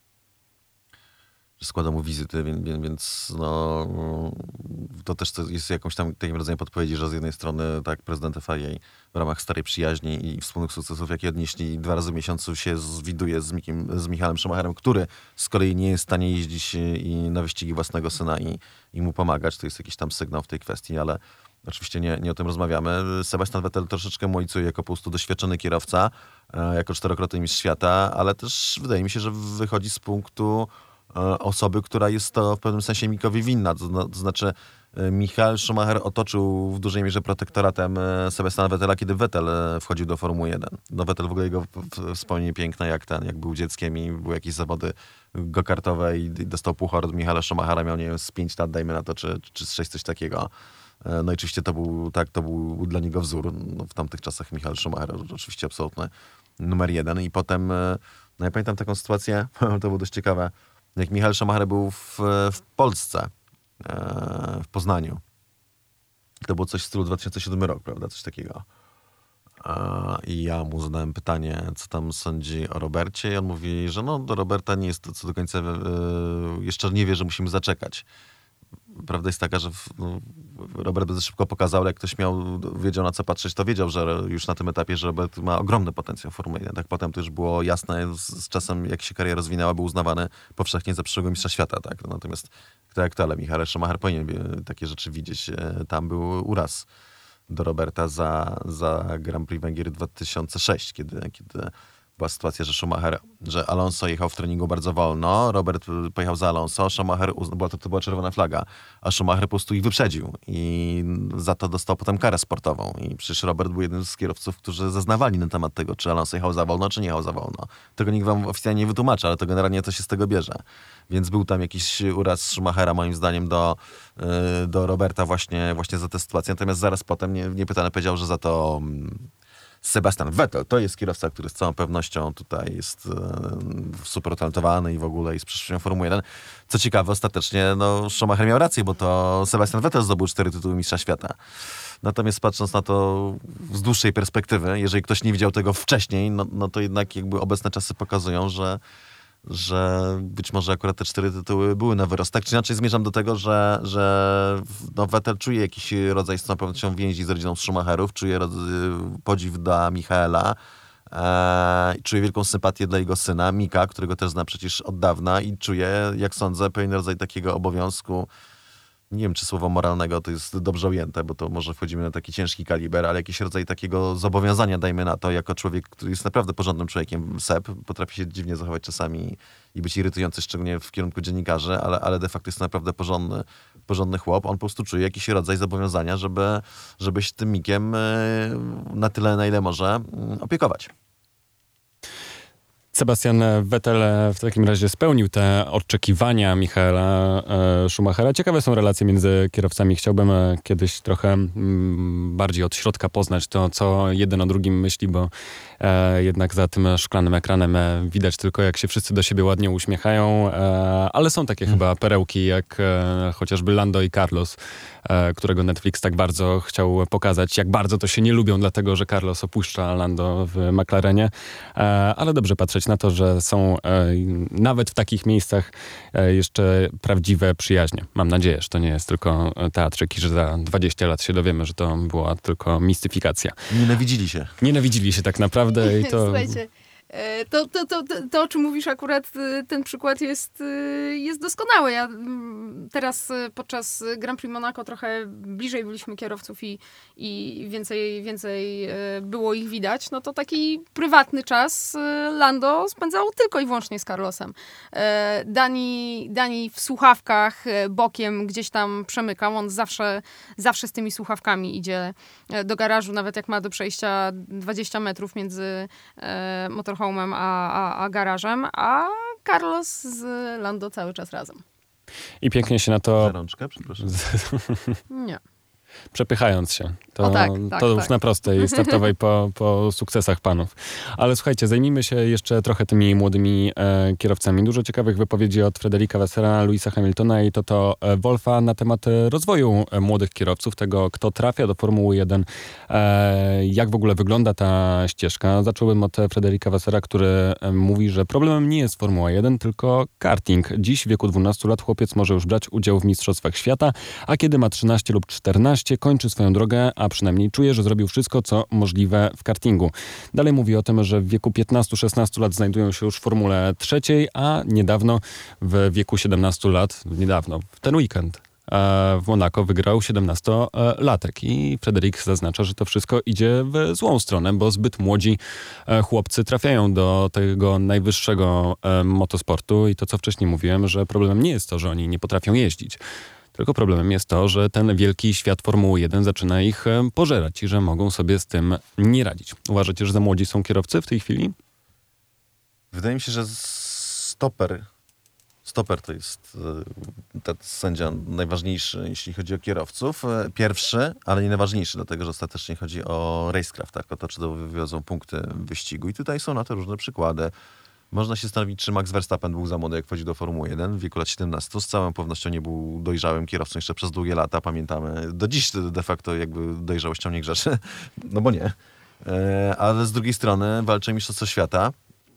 Że składa mu wizyty, więc, więc no, to też jest jakąś tam takim rodzajem podpowiedzi, że z jednej strony tak prezydent F I A w ramach starej przyjaźni i wspólnych sukcesów, jakie odnieśli, dwa razy w miesiącu się widuje z, Mikiem, z Michaelem Schumacherem, który z kolei nie jest w stanie jeździć i na wyścigi własnego syna i, i mu pomagać. To jest jakiś tam sygnał w tej kwestii, ale oczywiście nie, nie o tym rozmawiamy. Sebastian Vettel troszeczkę mu ojcuje jako po prostu doświadczony kierowca, jako czterokrotny mistrz świata, ale też wydaje mi się, że wychodzi z punktu osoby, która jest to w pewnym sensie Mickowi winna. To, to znaczy Michael Schumacher otoczył w dużej mierze protektoratem Sebastiana Vettela, kiedy Vettel wchodził do Formuły jeden. No Vettel w ogóle jego wspomnienie piękne, jak ten, jak był dzieckiem i były jakieś zawody go-kartowe i dostał puchar od Michaela Schumachera, miał nie wiem z pięć lat, dajmy na to, czy, czy z sześć, coś takiego. No i oczywiście to był, tak, to był dla niego wzór. No, w tamtych czasach Michael Schumacher oczywiście absolutny numer jeden. I potem, no ja pamiętam taką sytuację, to było dość ciekawe, jak Michael Schumacher był w, w Polsce, w Poznaniu. To było coś w stylu dwa tysiące siódmy rok, prawda? Coś takiego. I ja mu zadałem pytanie, co tam sądzi o Robercie i on mówi, że no do Roberta nie jest to, co do końca jeszcze nie wie, że musimy zaczekać. Prawda jest taka, że no, Robert bardzo szybko pokazał, ale jak ktoś miał, wiedział na co patrzeć, to wiedział, że już na tym etapie, że Robert ma ogromny potencjał w Formule jeden. Tak potem to już było jasne, z, z czasem jak się kariera rozwinęła, był uznawany powszechnie za przyszłego mistrza świata. Tak? Natomiast kto jak to, ale Michael Schumacher powinien takie rzeczy widzieć. Tam był uraz do Roberta za, za Grand Prix Węgier dwa tysiące szósty, kiedy, kiedy była sytuacja, że Schumacher, że Alonso jechał w treningu bardzo wolno, Robert pojechał za Alonso, Schumacher, była to, to była czerwona flaga, a Schumacher po prostu ich wyprzedził i za to dostał potem karę sportową. I przecież Robert był jednym z kierowców, którzy zeznawali na temat tego, czy Alonso jechał za wolno, czy nie jechał za wolno. Tego nikt wam oficjalnie nie wytłumaczy, ale to generalnie to się z tego bierze. Więc był tam jakiś uraz Schumachera, moim zdaniem, do, do Roberta właśnie, właśnie za tę sytuację. Natomiast zaraz potem nie, niepytany powiedział, że za to Sebastian Vettel to jest kierowca, który z całą pewnością tutaj jest e, super talentowany i w ogóle jest przyszłością Formuły jeden. Co ciekawe, ostatecznie no, Schumacher miał rację, bo to Sebastian Vettel zdobył cztery tytuły mistrza świata. Natomiast patrząc na to z dłuższej perspektywy, jeżeli ktoś nie widział tego wcześniej, no, no to jednak jakby obecne czasy pokazują, że że być może akurat te cztery tytuły były na wyrost. Tak czy inaczej zmierzam do tego, że, że no Vettel czuje jakiś rodzaj z całą pewnością więzi z rodziną Schumacherów, czuje podziw dla Michaela, e, czuje wielką sympatię dla jego syna, Mika, którego też zna przecież od dawna i czuje, jak sądzę, pewien rodzaj takiego obowiązku nie wiem, czy słowo moralnego to jest dobrze ujęte, bo to może wchodzimy na taki ciężki kaliber, ale jakiś rodzaj takiego zobowiązania, dajmy na to, jako człowiek, który jest naprawdę porządnym człowiekiem, Seb, potrafi się dziwnie zachować czasami i być irytujący, szczególnie w kierunku dziennikarzy, ale, ale de facto jest naprawdę porządny, porządny chłop. On po prostu czuje jakiś rodzaj zobowiązania, żeby, żeby się tym mikiem na tyle, na ile może opiekować. Sebastian Vettel w takim razie spełnił te oczekiwania Michaela Schumachera. Ciekawe są relacje między kierowcami. Chciałbym kiedyś trochę bardziej od środka poznać to, co jeden o drugim myśli, bo jednak za tym szklanym ekranem widać tylko, jak się wszyscy do siebie ładnie uśmiechają, ale są takie hmm. chyba perełki, jak chociażby Lando i Carlos, którego Netflix tak bardzo chciał pokazać, jak bardzo to się nie lubią, dlatego że Carlos opuszcza Lando w McLarenie, ale dobrze patrzeć na to, że są nawet w takich miejscach jeszcze prawdziwe przyjaźnie. Mam nadzieję, że to nie jest tylko teatrzyk i że za dwadzieścia lat się dowiemy, że to była tylko mistyfikacja. Nienawidzili się. Nienawidzili się tak naprawdę i to... Słuchajcie, to, to, to, to, to, o czym mówisz akurat, ten przykład jest, jest doskonały. Ja teraz podczas Grand Prix Monaco trochę bliżej byliśmy kierowców i, i więcej, więcej było ich widać. No to taki prywatny czas Lando spędzał tylko i wyłącznie z Carlosem. Dani, Dani w słuchawkach bokiem gdzieś tam przemykał. On zawsze, zawsze z tymi słuchawkami idzie do garażu, nawet jak ma do przejścia dwadzieścia metrów między motorhomem A, a, a garażem, a Carlos z Lando cały czas razem. I pięknie się na to... Za rączkę, przepraszam. Nie. Przepychając się. To, o tak, tak, to już tak. na prostej startowej po, po sukcesach panów. Ale słuchajcie, zajmijmy się jeszcze trochę tymi młodymi e, kierowcami. Dużo ciekawych wypowiedzi od Frederika Vassera, Louisa Hamiltona i Toto Wolffa na temat rozwoju młodych kierowców, tego, kto trafia do Formuły jeden, e, jak w ogóle wygląda ta ścieżka. Zacząłbym od Frederika Vassera, który mówi, że problemem nie jest Formuła jeden, tylko karting. Dziś w wieku dwunastu lat chłopiec może już brać udział w Mistrzostwach Świata, a kiedy ma trzynaście lub czternaście, kończy swoją drogę, a przynajmniej czuje, że zrobił wszystko, co możliwe w kartingu. Dalej mówi o tym, że w wieku piętnastu szesnastu lat znajdują się już w Formule trzeciej, a niedawno w wieku siedemnastu lat, niedawno, w ten weekend w Monaco wygrał siedemnastolatek i Frederik zaznacza, że to wszystko idzie w złą stronę, bo zbyt młodzi chłopcy trafiają do tego najwyższego motosportu i to, co wcześniej mówiłem, że problemem nie jest to, że oni nie potrafią jeździć. Tylko problemem jest to, że ten wielki świat Formuły jeden zaczyna ich pożerać i że mogą sobie z tym nie radzić. Uważacie, że za młodzi są kierowcy w tej chwili? Wydaje mi się, że stoper, stoper to jest ten sędzia najważniejszy, jeśli chodzi o kierowców. Pierwszy, ale nie najważniejszy, dlatego że ostatecznie chodzi o racecraft, tak? O to, czy to wywiozą punkty wyścigu. I tutaj są na to różne przykłady. Można się zastanowić, czy Max Verstappen był za młody, jak wchodzi do Formuły jeden w wieku lat siedemnastu. Z całą pewnością nie był dojrzałym kierowcą jeszcze przez długie lata. Pamiętamy, do dziś de facto jakby dojrzałością nie grzeszy. No bo nie. E, ale z drugiej strony walczy o mistrzostwo świata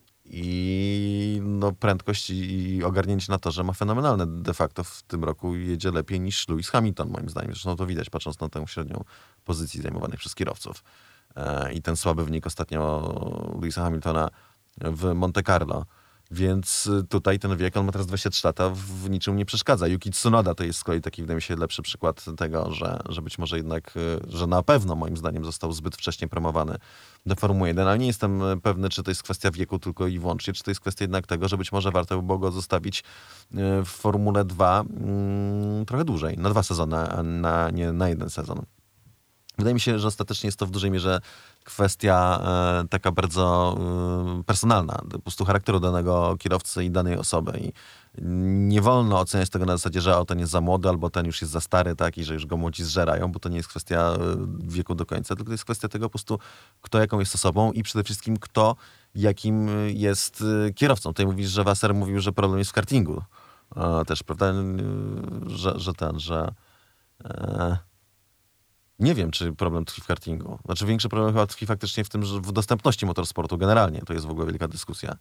i no, prędkość i ogarnięcie na torze ma fenomenalne. De facto w tym roku jedzie lepiej niż Lewis Hamilton, moim zdaniem. Zresztą to widać, patrząc na tę średnią pozycji zajmowanych przez kierowców. E, I ten słaby wynik ostatnio Lewisa Hamiltona w Monte Carlo. Więc tutaj ten wiek, on ma teraz dwadzieścia trzy lata, w niczym nie przeszkadza. Yuki Tsunoda to jest z kolei taki, wydaje mi się, lepszy przykład tego, że, że być może jednak, że na pewno moim zdaniem został zbyt wcześnie promowany do Formuły jeden, ale nie jestem pewny, czy to jest kwestia wieku tylko i wyłącznie, czy to jest kwestia jednak tego, że być może warto by było go zostawić w Formule dwa mm, trochę dłużej, na dwa sezony, a na, nie na jeden sezon. Wydaje mi się, że ostatecznie jest to w dużej mierze kwestia e, taka bardzo e, personalna, po prostu charakteru danego kierowcy i danej osoby. I nie wolno oceniać tego na zasadzie, że o, ten jest za młody, albo ten już jest za stary, tak, i że już go młodzi zżerają, bo to nie jest kwestia wieku do końca, tylko to jest kwestia tego po prostu, kto jaką jest osobą i przede wszystkim kto jakim jest kierowcą. Tutaj mówisz, że Vasser mówił, że problem jest w kartingu. E, też, prawda, że, że ten, że... E, Nie wiem, czy problem tkwi w kartingu. Znaczy większy problem chyba tkwi faktycznie w tym, że w dostępności motorsportu generalnie. To jest w ogóle wielka dyskusja.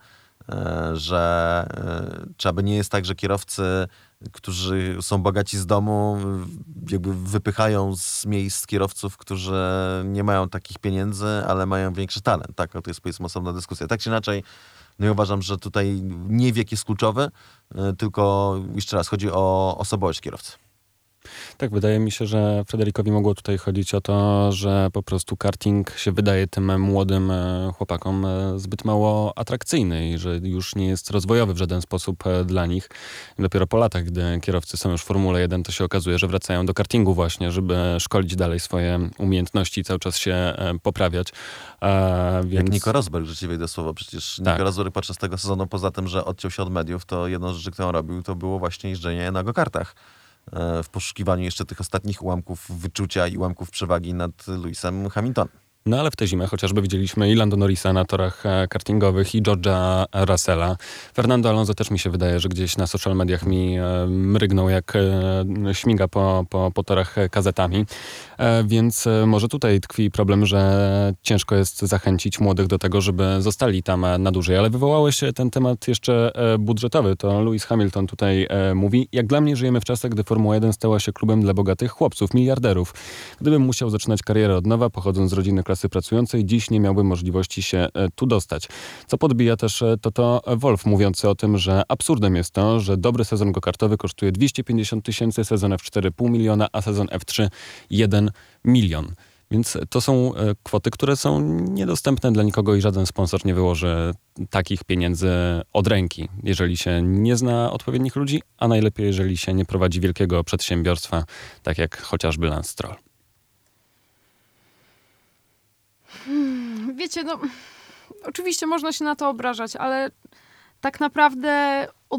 Że czy aby nie jest tak, że kierowcy, którzy są bogaci z domu, jakby wypychają z miejsc kierowców, którzy nie mają takich pieniędzy, ale mają większy talent. Tak, to jest powiedzmy osobna dyskusja. Tak czy inaczej, no i uważam, że tutaj nie wiek jest kluczowy, tylko jeszcze raz chodzi o osobowość kierowcy. Tak, wydaje mi się, że Frederikowi mogło tutaj chodzić o to, że po prostu karting się wydaje tym młodym chłopakom zbyt mało atrakcyjny i że już nie jest rozwojowy w żaden sposób dla nich. I dopiero po latach, gdy kierowcy są już w Formule jeden, to się okazuje, że wracają do kartingu właśnie, żeby szkolić dalej swoje umiejętności i cały czas się poprawiać. A, więc... Jak Nico Rosberg, że ci wejdę słowo. Przecież tak. Nico Rosberg podczas tego sezonu, poza tym, że odciął się od mediów, to jedną z rzeczy, którą robił, to było właśnie jeżdżenie na go-kartach. W poszukiwaniu jeszcze tych ostatnich ułamków wyczucia i ułamków przewagi nad Lewisem Hamiltonem. No ale w tę zimę chociażby widzieliśmy i Lando Norrisa na torach kartingowych i George'a Russella. Fernando Alonso też mi się wydaje, że gdzieś na social mediach mi e, mrygnął jak e, śmiga po, po, po torach kazetami. E, więc e, może tutaj tkwi problem, że ciężko jest zachęcić młodych do tego, żeby zostali tam na dłużej. Ale wywołałeś ten temat jeszcze e, budżetowy. To Lewis Hamilton tutaj e, mówi: jak dla mnie żyjemy w czasach, gdy Formuła jeden stała się klubem dla bogatych chłopców, miliarderów. Gdybym musiał zaczynać karierę od nowa, pochodząc z rodziny klasy pracującej, dziś nie miałbym możliwości się tu dostać. Co podbija też Toto Wolff, mówiący o tym, że absurdem jest to, że dobry sezon go-kartowy kosztuje dwieście pięćdziesiąt tysięcy, sezon F cztery pół miliona, a sezon F trzy jeden milion. Więc to są kwoty, które są niedostępne dla nikogo i żaden sponsor nie wyłoży takich pieniędzy od ręki, jeżeli się nie zna odpowiednich ludzi, a najlepiej, jeżeli się nie prowadzi wielkiego przedsiębiorstwa, tak jak chociażby Lance Stroll. Hmm, wiecie, no oczywiście można się na to obrażać, ale tak naprawdę od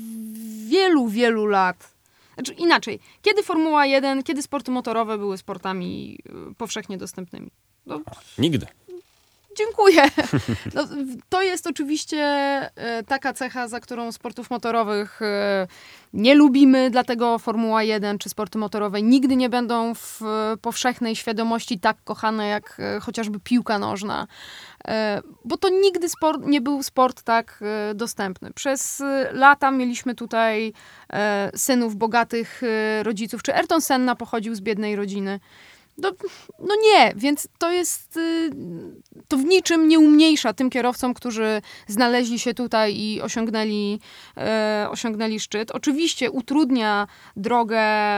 wielu, wielu lat, znaczy inaczej, kiedy Formuła jeden, kiedy sporty motorowe były sportami powszechnie dostępnymi? No, nigdy. Dziękuję. No, to jest oczywiście e, taka cecha, za którą sportów motorowych e, nie lubimy, dlatego Formuła jeden czy sporty motorowe nigdy nie będą w e, powszechnej świadomości tak kochane jak e, chociażby piłka nożna. E, bo to nigdy sport, nie był sport tak e, dostępny. Przez e, lata mieliśmy tutaj e, synów bogatych e, rodziców. Czy Ayrton Senna pochodził z biednej rodziny? No, no nie, więc to jest, to w niczym nie umniejsza tym kierowcom, którzy znaleźli się tutaj i osiągnęli, e, osiągnęli szczyt. Oczywiście utrudnia drogę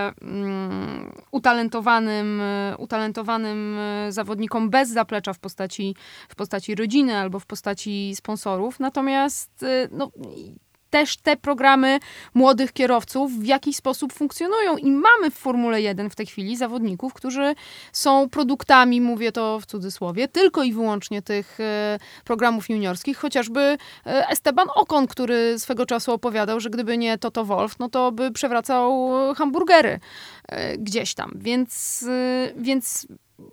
mm, utalentowanym, utalentowanym zawodnikom bez zaplecza w postaci, w postaci rodziny albo w postaci sponsorów, natomiast no, też te programy młodych kierowców w jakiś sposób funkcjonują i mamy w Formule jeden w tej chwili zawodników, którzy są produktami, mówię to w cudzysłowie, tylko i wyłącznie tych e, programów juniorskich, chociażby e, Esteban Ocon, który swego czasu opowiadał, że gdyby nie Toto Wolff, no to by przewracał hamburgery e, gdzieś tam, więc, e, więc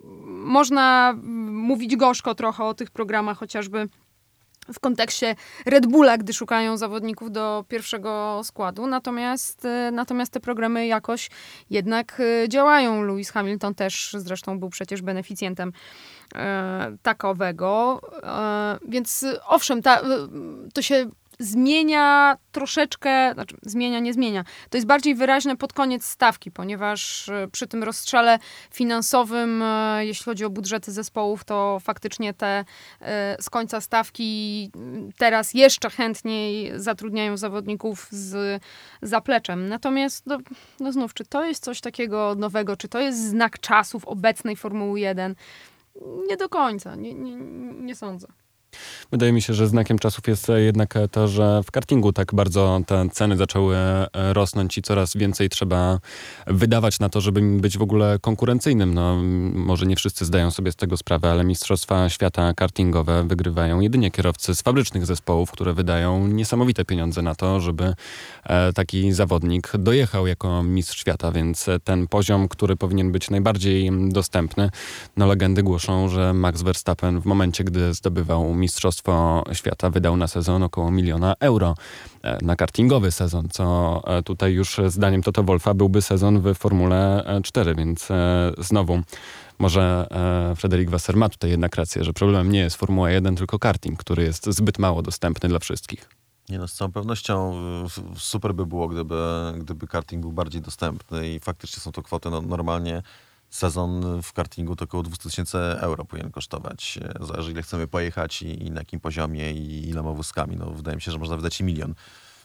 można mówić gorzko trochę o tych programach, chociażby w kontekście Red Bulla, gdy szukają zawodników do pierwszego składu. Natomiast, natomiast te programy jakoś jednak działają. Lewis Hamilton też zresztą był przecież beneficjentem e, takowego. E, więc owszem, ta, to się zmienia troszeczkę, znaczy zmienia, nie zmienia. To jest bardziej wyraźne pod koniec stawki, ponieważ przy tym rozstrzale finansowym, jeśli chodzi o budżety zespołów, to faktycznie te z końca stawki teraz jeszcze chętniej zatrudniają zawodników z zapleczem. Natomiast no, no znów, czy to jest coś takiego nowego, czy to jest znak czasów obecnej Formuły jeden? Nie do końca, nie, nie, nie sądzę. Wydaje mi się, że znakiem czasów jest jednak to, że w kartingu tak bardzo te ceny zaczęły rosnąć i coraz więcej trzeba wydawać na to, żeby być w ogóle konkurencyjnym. No, może nie wszyscy zdają sobie z tego sprawę, ale mistrzostwa świata kartingowe wygrywają jedynie kierowcy z fabrycznych zespołów, które wydają niesamowite pieniądze na to, żeby taki zawodnik dojechał jako mistrz świata, więc ten poziom, który powinien być najbardziej dostępny, no legendy głoszą, że Max Verstappen w momencie, gdy zdobywał Mistrzostwo Świata, wydał na sezon około miliona euro na kartingowy sezon, co tutaj już zdaniem Toto Wolffa byłby sezon w Formule cztery, więc znowu może Frédéric Vasseur ma tutaj jednak rację, że problemem nie jest Formuła jeden, tylko karting, który jest zbyt mało dostępny dla wszystkich. Nie no, z całą pewnością super by było, gdyby, gdyby karting był bardziej dostępny i faktycznie są to kwoty no, normalnie. Sezon w kartingu to około dwieście tysięcy euro powinien kosztować. Zależy ile chcemy pojechać i, i na jakim poziomie i iloma wózkami. No, wydaje mi się, że można wydać i milion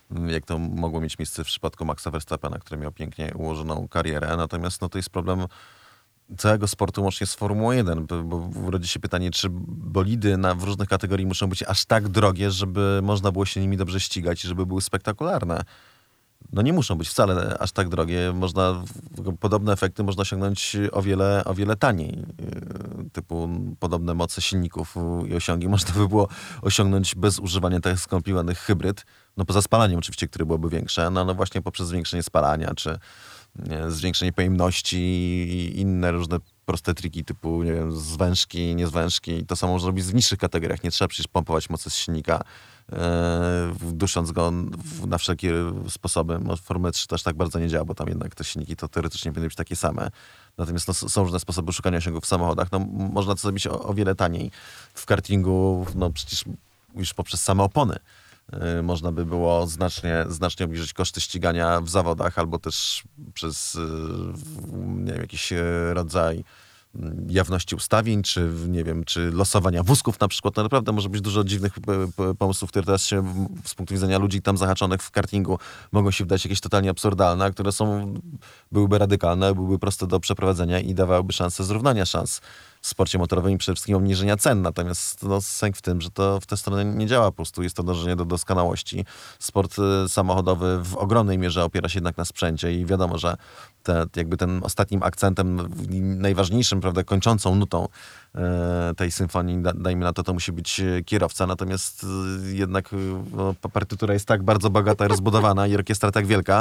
jak to mogło mieć miejsce w przypadku Maxa Verstappena, który miał pięknie ułożoną karierę. Natomiast no, to jest problem całego sportu, łącznie z Formułą jeden, bo, bo rodzi się pytanie, czy bolidy na, w różnych kategorii muszą być aż tak drogie, żeby można było się nimi dobrze ścigać i żeby były spektakularne. No nie muszą być wcale aż tak drogie. Można, podobne efekty można osiągnąć o wiele, o wiele taniej. Typu podobne moce silników i osiągi można by było osiągnąć bez używania tak skomplikowanych hybryd. No poza spalaniem oczywiście, które byłoby większe, no, no właśnie poprzez zwiększenie spalania, czy nie, zwiększenie pojemności i inne różne proste triki typu, nie wiem, zwężki, niezwężki. To samo można robić w niższych kategoriach. Nie trzeba przecież pompować mocy z silnika, yy, dusząc go w, na wszelkie sposoby. W Formule trzy też tak bardzo nie działa, bo tam jednak te silniki to teoretycznie powinny być takie same. Natomiast no, są różne sposoby szukania osiągów w samochodach. No, można to zrobić o, o wiele taniej. W kartingu, no przecież już poprzez same opony Yy, można by było znacznie, znacznie obniżyć koszty ścigania w zawodach, albo też przez yy, nie wiem, jakiś rodzaj jawności ustawień, czy nie wiem, czy losowania wózków na przykład. No naprawdę może być dużo dziwnych pomysłów, które teraz się z punktu widzenia ludzi tam zahaczonych w kartingu mogą się wydać jakieś totalnie absurdalne, a które są, byłyby radykalne, byłyby proste do przeprowadzenia i dawałyby szansę zrównania szans w sporcie motorowym i przede wszystkim obniżenia cen. Natomiast no, sęk w tym, że to w tę stronę nie działa. Po prostu jest to dążenie do doskonałości. Sport samochodowy w ogromnej mierze opiera się jednak na sprzęcie i wiadomo, że te, jakby tym ostatnim akcentem, najważniejszym, prawda, kończącą nutą e, tej symfonii, da, dajmy na to, to musi być kierowca. Natomiast e, jednak no, partytura jest tak bardzo bogata i rozbudowana i orkiestra tak wielka,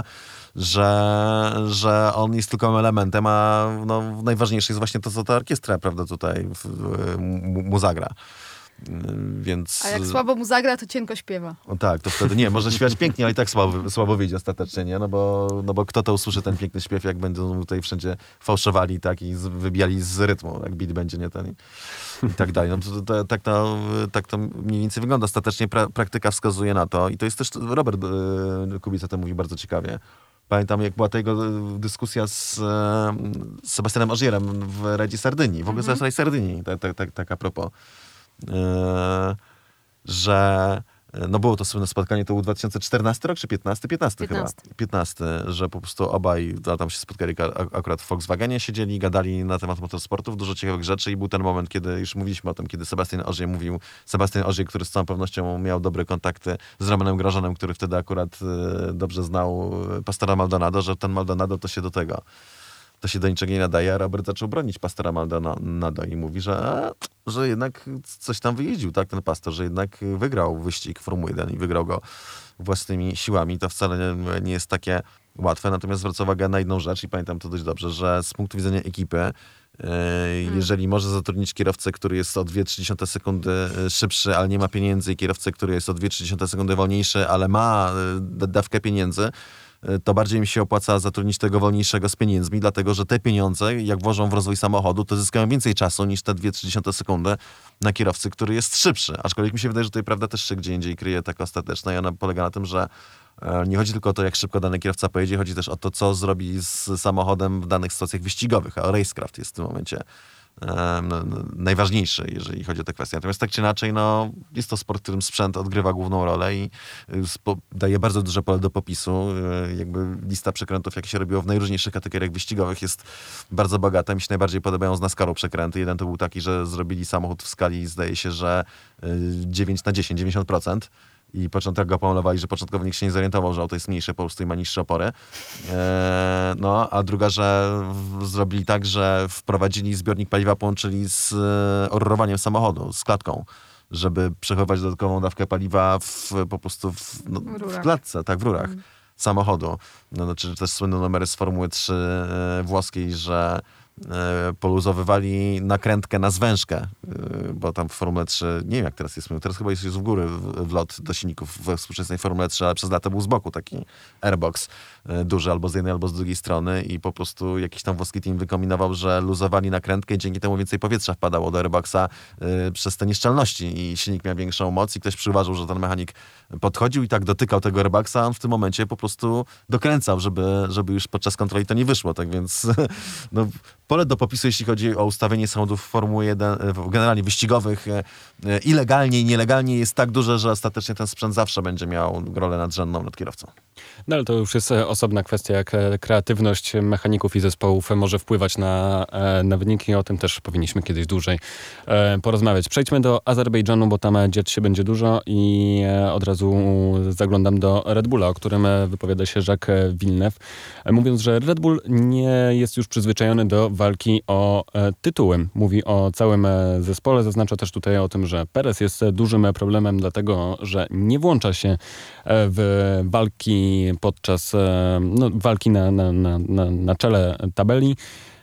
że, że on jest tylko elementem, a no, najważniejsze jest właśnie to, co ta orkiestra, prawda, tutaj mu, mu zagra. Więc... A jak słabo mu zagra, to cienko śpiewa. O tak, to wtedy nie, może śpiewać pięknie, ale i tak słabo, słabo wyjdzie ostatecznie, nie? No bo, no bo kto to usłyszy, ten piękny śpiew, jak będą tutaj wszędzie fałszowali, tak, i z, wybijali z rytmu, jak beat będzie, nie ten i, i tak dalej. No, to, to, tak, to, tak to mniej więcej wygląda. Ostatecznie pra, praktyka wskazuje na to i to jest też, Robert e, Kubica to mówi bardzo ciekawie. Pamiętam, jak była ta jego dyskusja z, z Sebastianem Ogierem w Radzie Sardynii, w ogóle mm-hmm. z Radzie Sardynii, tak, tak, tak, tak a propos. Yy, że no było to słynne spotkanie, to był dwa tysiące czternasty rok, czy piętnasty? piętnasty chyba. piętnasty, że po prostu obaj tam się spotkali akurat w Volkswagenie, siedzieli, gadali na temat motorsportów, dużo ciekawych rzeczy i był ten moment, kiedy już mówiliśmy o tym, kiedy Sebastian Ogier mówił, Sebastian Ogier, który z całą pewnością miał dobre kontakty z Romanem Grosjeanem, który wtedy akurat y, dobrze znał pastora Maldonado, że ten Maldonado to się do tego to się do niczego nie nadaje, a Robert zaczął bronić pastora Maldonado i mówi, że, że jednak coś tam wyjeździł, tak, ten pastor, że jednak wygrał wyścig Formuły jeden i wygrał go własnymi siłami. To wcale nie, nie jest takie łatwe, natomiast zwraca uwagę na jedną rzecz i pamiętam to dość dobrze, że z punktu widzenia ekipy, yy, jeżeli może zatrudnić kierowcę, który jest o dwie przecinek trzy sekundy szybszy, ale nie ma pieniędzy i kierowcę, który jest o dwie przecinek trzy sekundy wolniejszy, ale ma dawkę pieniędzy, to bardziej mi się opłaca zatrudnić tego wolniejszego z pieniędzmi, dlatego że te pieniądze, jak włożą w rozwój samochodu, to zyskają więcej czasu niż te dwie przecinek trzy sekundy na kierowcy, który jest szybszy. Aczkolwiek mi się wydaje, że tutaj prawda też się gdzie indziej kryje taka ostateczna i ona polega na tym, że nie chodzi tylko o to, jak szybko dany kierowca pojedzie, chodzi też o to, co zrobi z samochodem w danych sytuacjach wyścigowych, a racecraft jest w tym momencie No, no, najważniejszy, jeżeli chodzi o te kwestie. Natomiast tak czy inaczej, no, jest to sport, w którym sprzęt odgrywa główną rolę i spo, daje bardzo duże pole do popisu. Jakby lista przekrętów, jak się robiło w najróżniejszych kategoriach wyścigowych, jest bardzo bogata. Mi się najbardziej podobają z NASCARu przekręty. Jeden to był taki, że zrobili samochód w skali, zdaje się, że dziewięć na dziesięć, dziewięćdziesiąt procent. I początek go pomalowali, że początkowo nikt się nie zorientował, że auto jest mniejsze po prostu i ma niższe opory. E, no, a druga, że w, zrobili tak, że wprowadzili zbiornik paliwa, połączyli z e, ororowaniem samochodu, z klatką, żeby przechowywać dodatkową dawkę paliwa w, po prostu w, no, w klatce, tak, w rurach mm. samochodu. No, znaczy też słynne numery z Formuły trzy e, włoskiej, że poluzowywali nakrętkę na zwężkę, bo tam w Formule trzy, nie wiem jak teraz jest, teraz chyba jest już w góry wlot do silników we współczesnej Formule trzy, ale przez lata był z boku taki airbox, duży albo z jednej, albo z drugiej strony i po prostu jakiś tam włoski team wykombinował, że luzowali nakrętkę i dzięki temu więcej powietrza wpadało do airboxa y, przez te nieszczelności i silnik miał większą moc i ktoś przyuważył, że ten mechanik podchodził i tak dotykał tego airboxa, a on w tym momencie po prostu dokręcał, żeby, żeby już podczas kontroli to nie wyszło, tak więc no, pole do popisu, jeśli chodzi o ustawienie samochodów Formuły jeden, generalnie wyścigowych, i legalnie, i nielegalnie jest tak duże, że ostatecznie ten sprzęt zawsze będzie miał rolę nadrzędną nad kierowcą. No ale to już jest osobna kwestia, jak kreatywność mechaników i zespołów może wpływać na, na wyniki. O tym też powinniśmy kiedyś dłużej porozmawiać. Przejdźmy do Azerbejdżanu, bo tam dziać się będzie dużo i od razu zaglądam do Red Bulla, o którym wypowiada się Jacques Villeneuve, mówiąc, że Red Bull nie jest już przyzwyczajony do walki o tytuły. Mówi o całym zespole. Zaznacza też tutaj o tym, że Perez jest dużym problemem, dlatego że nie włącza się w walki podczas no, walki na, na, na, na czele tabeli.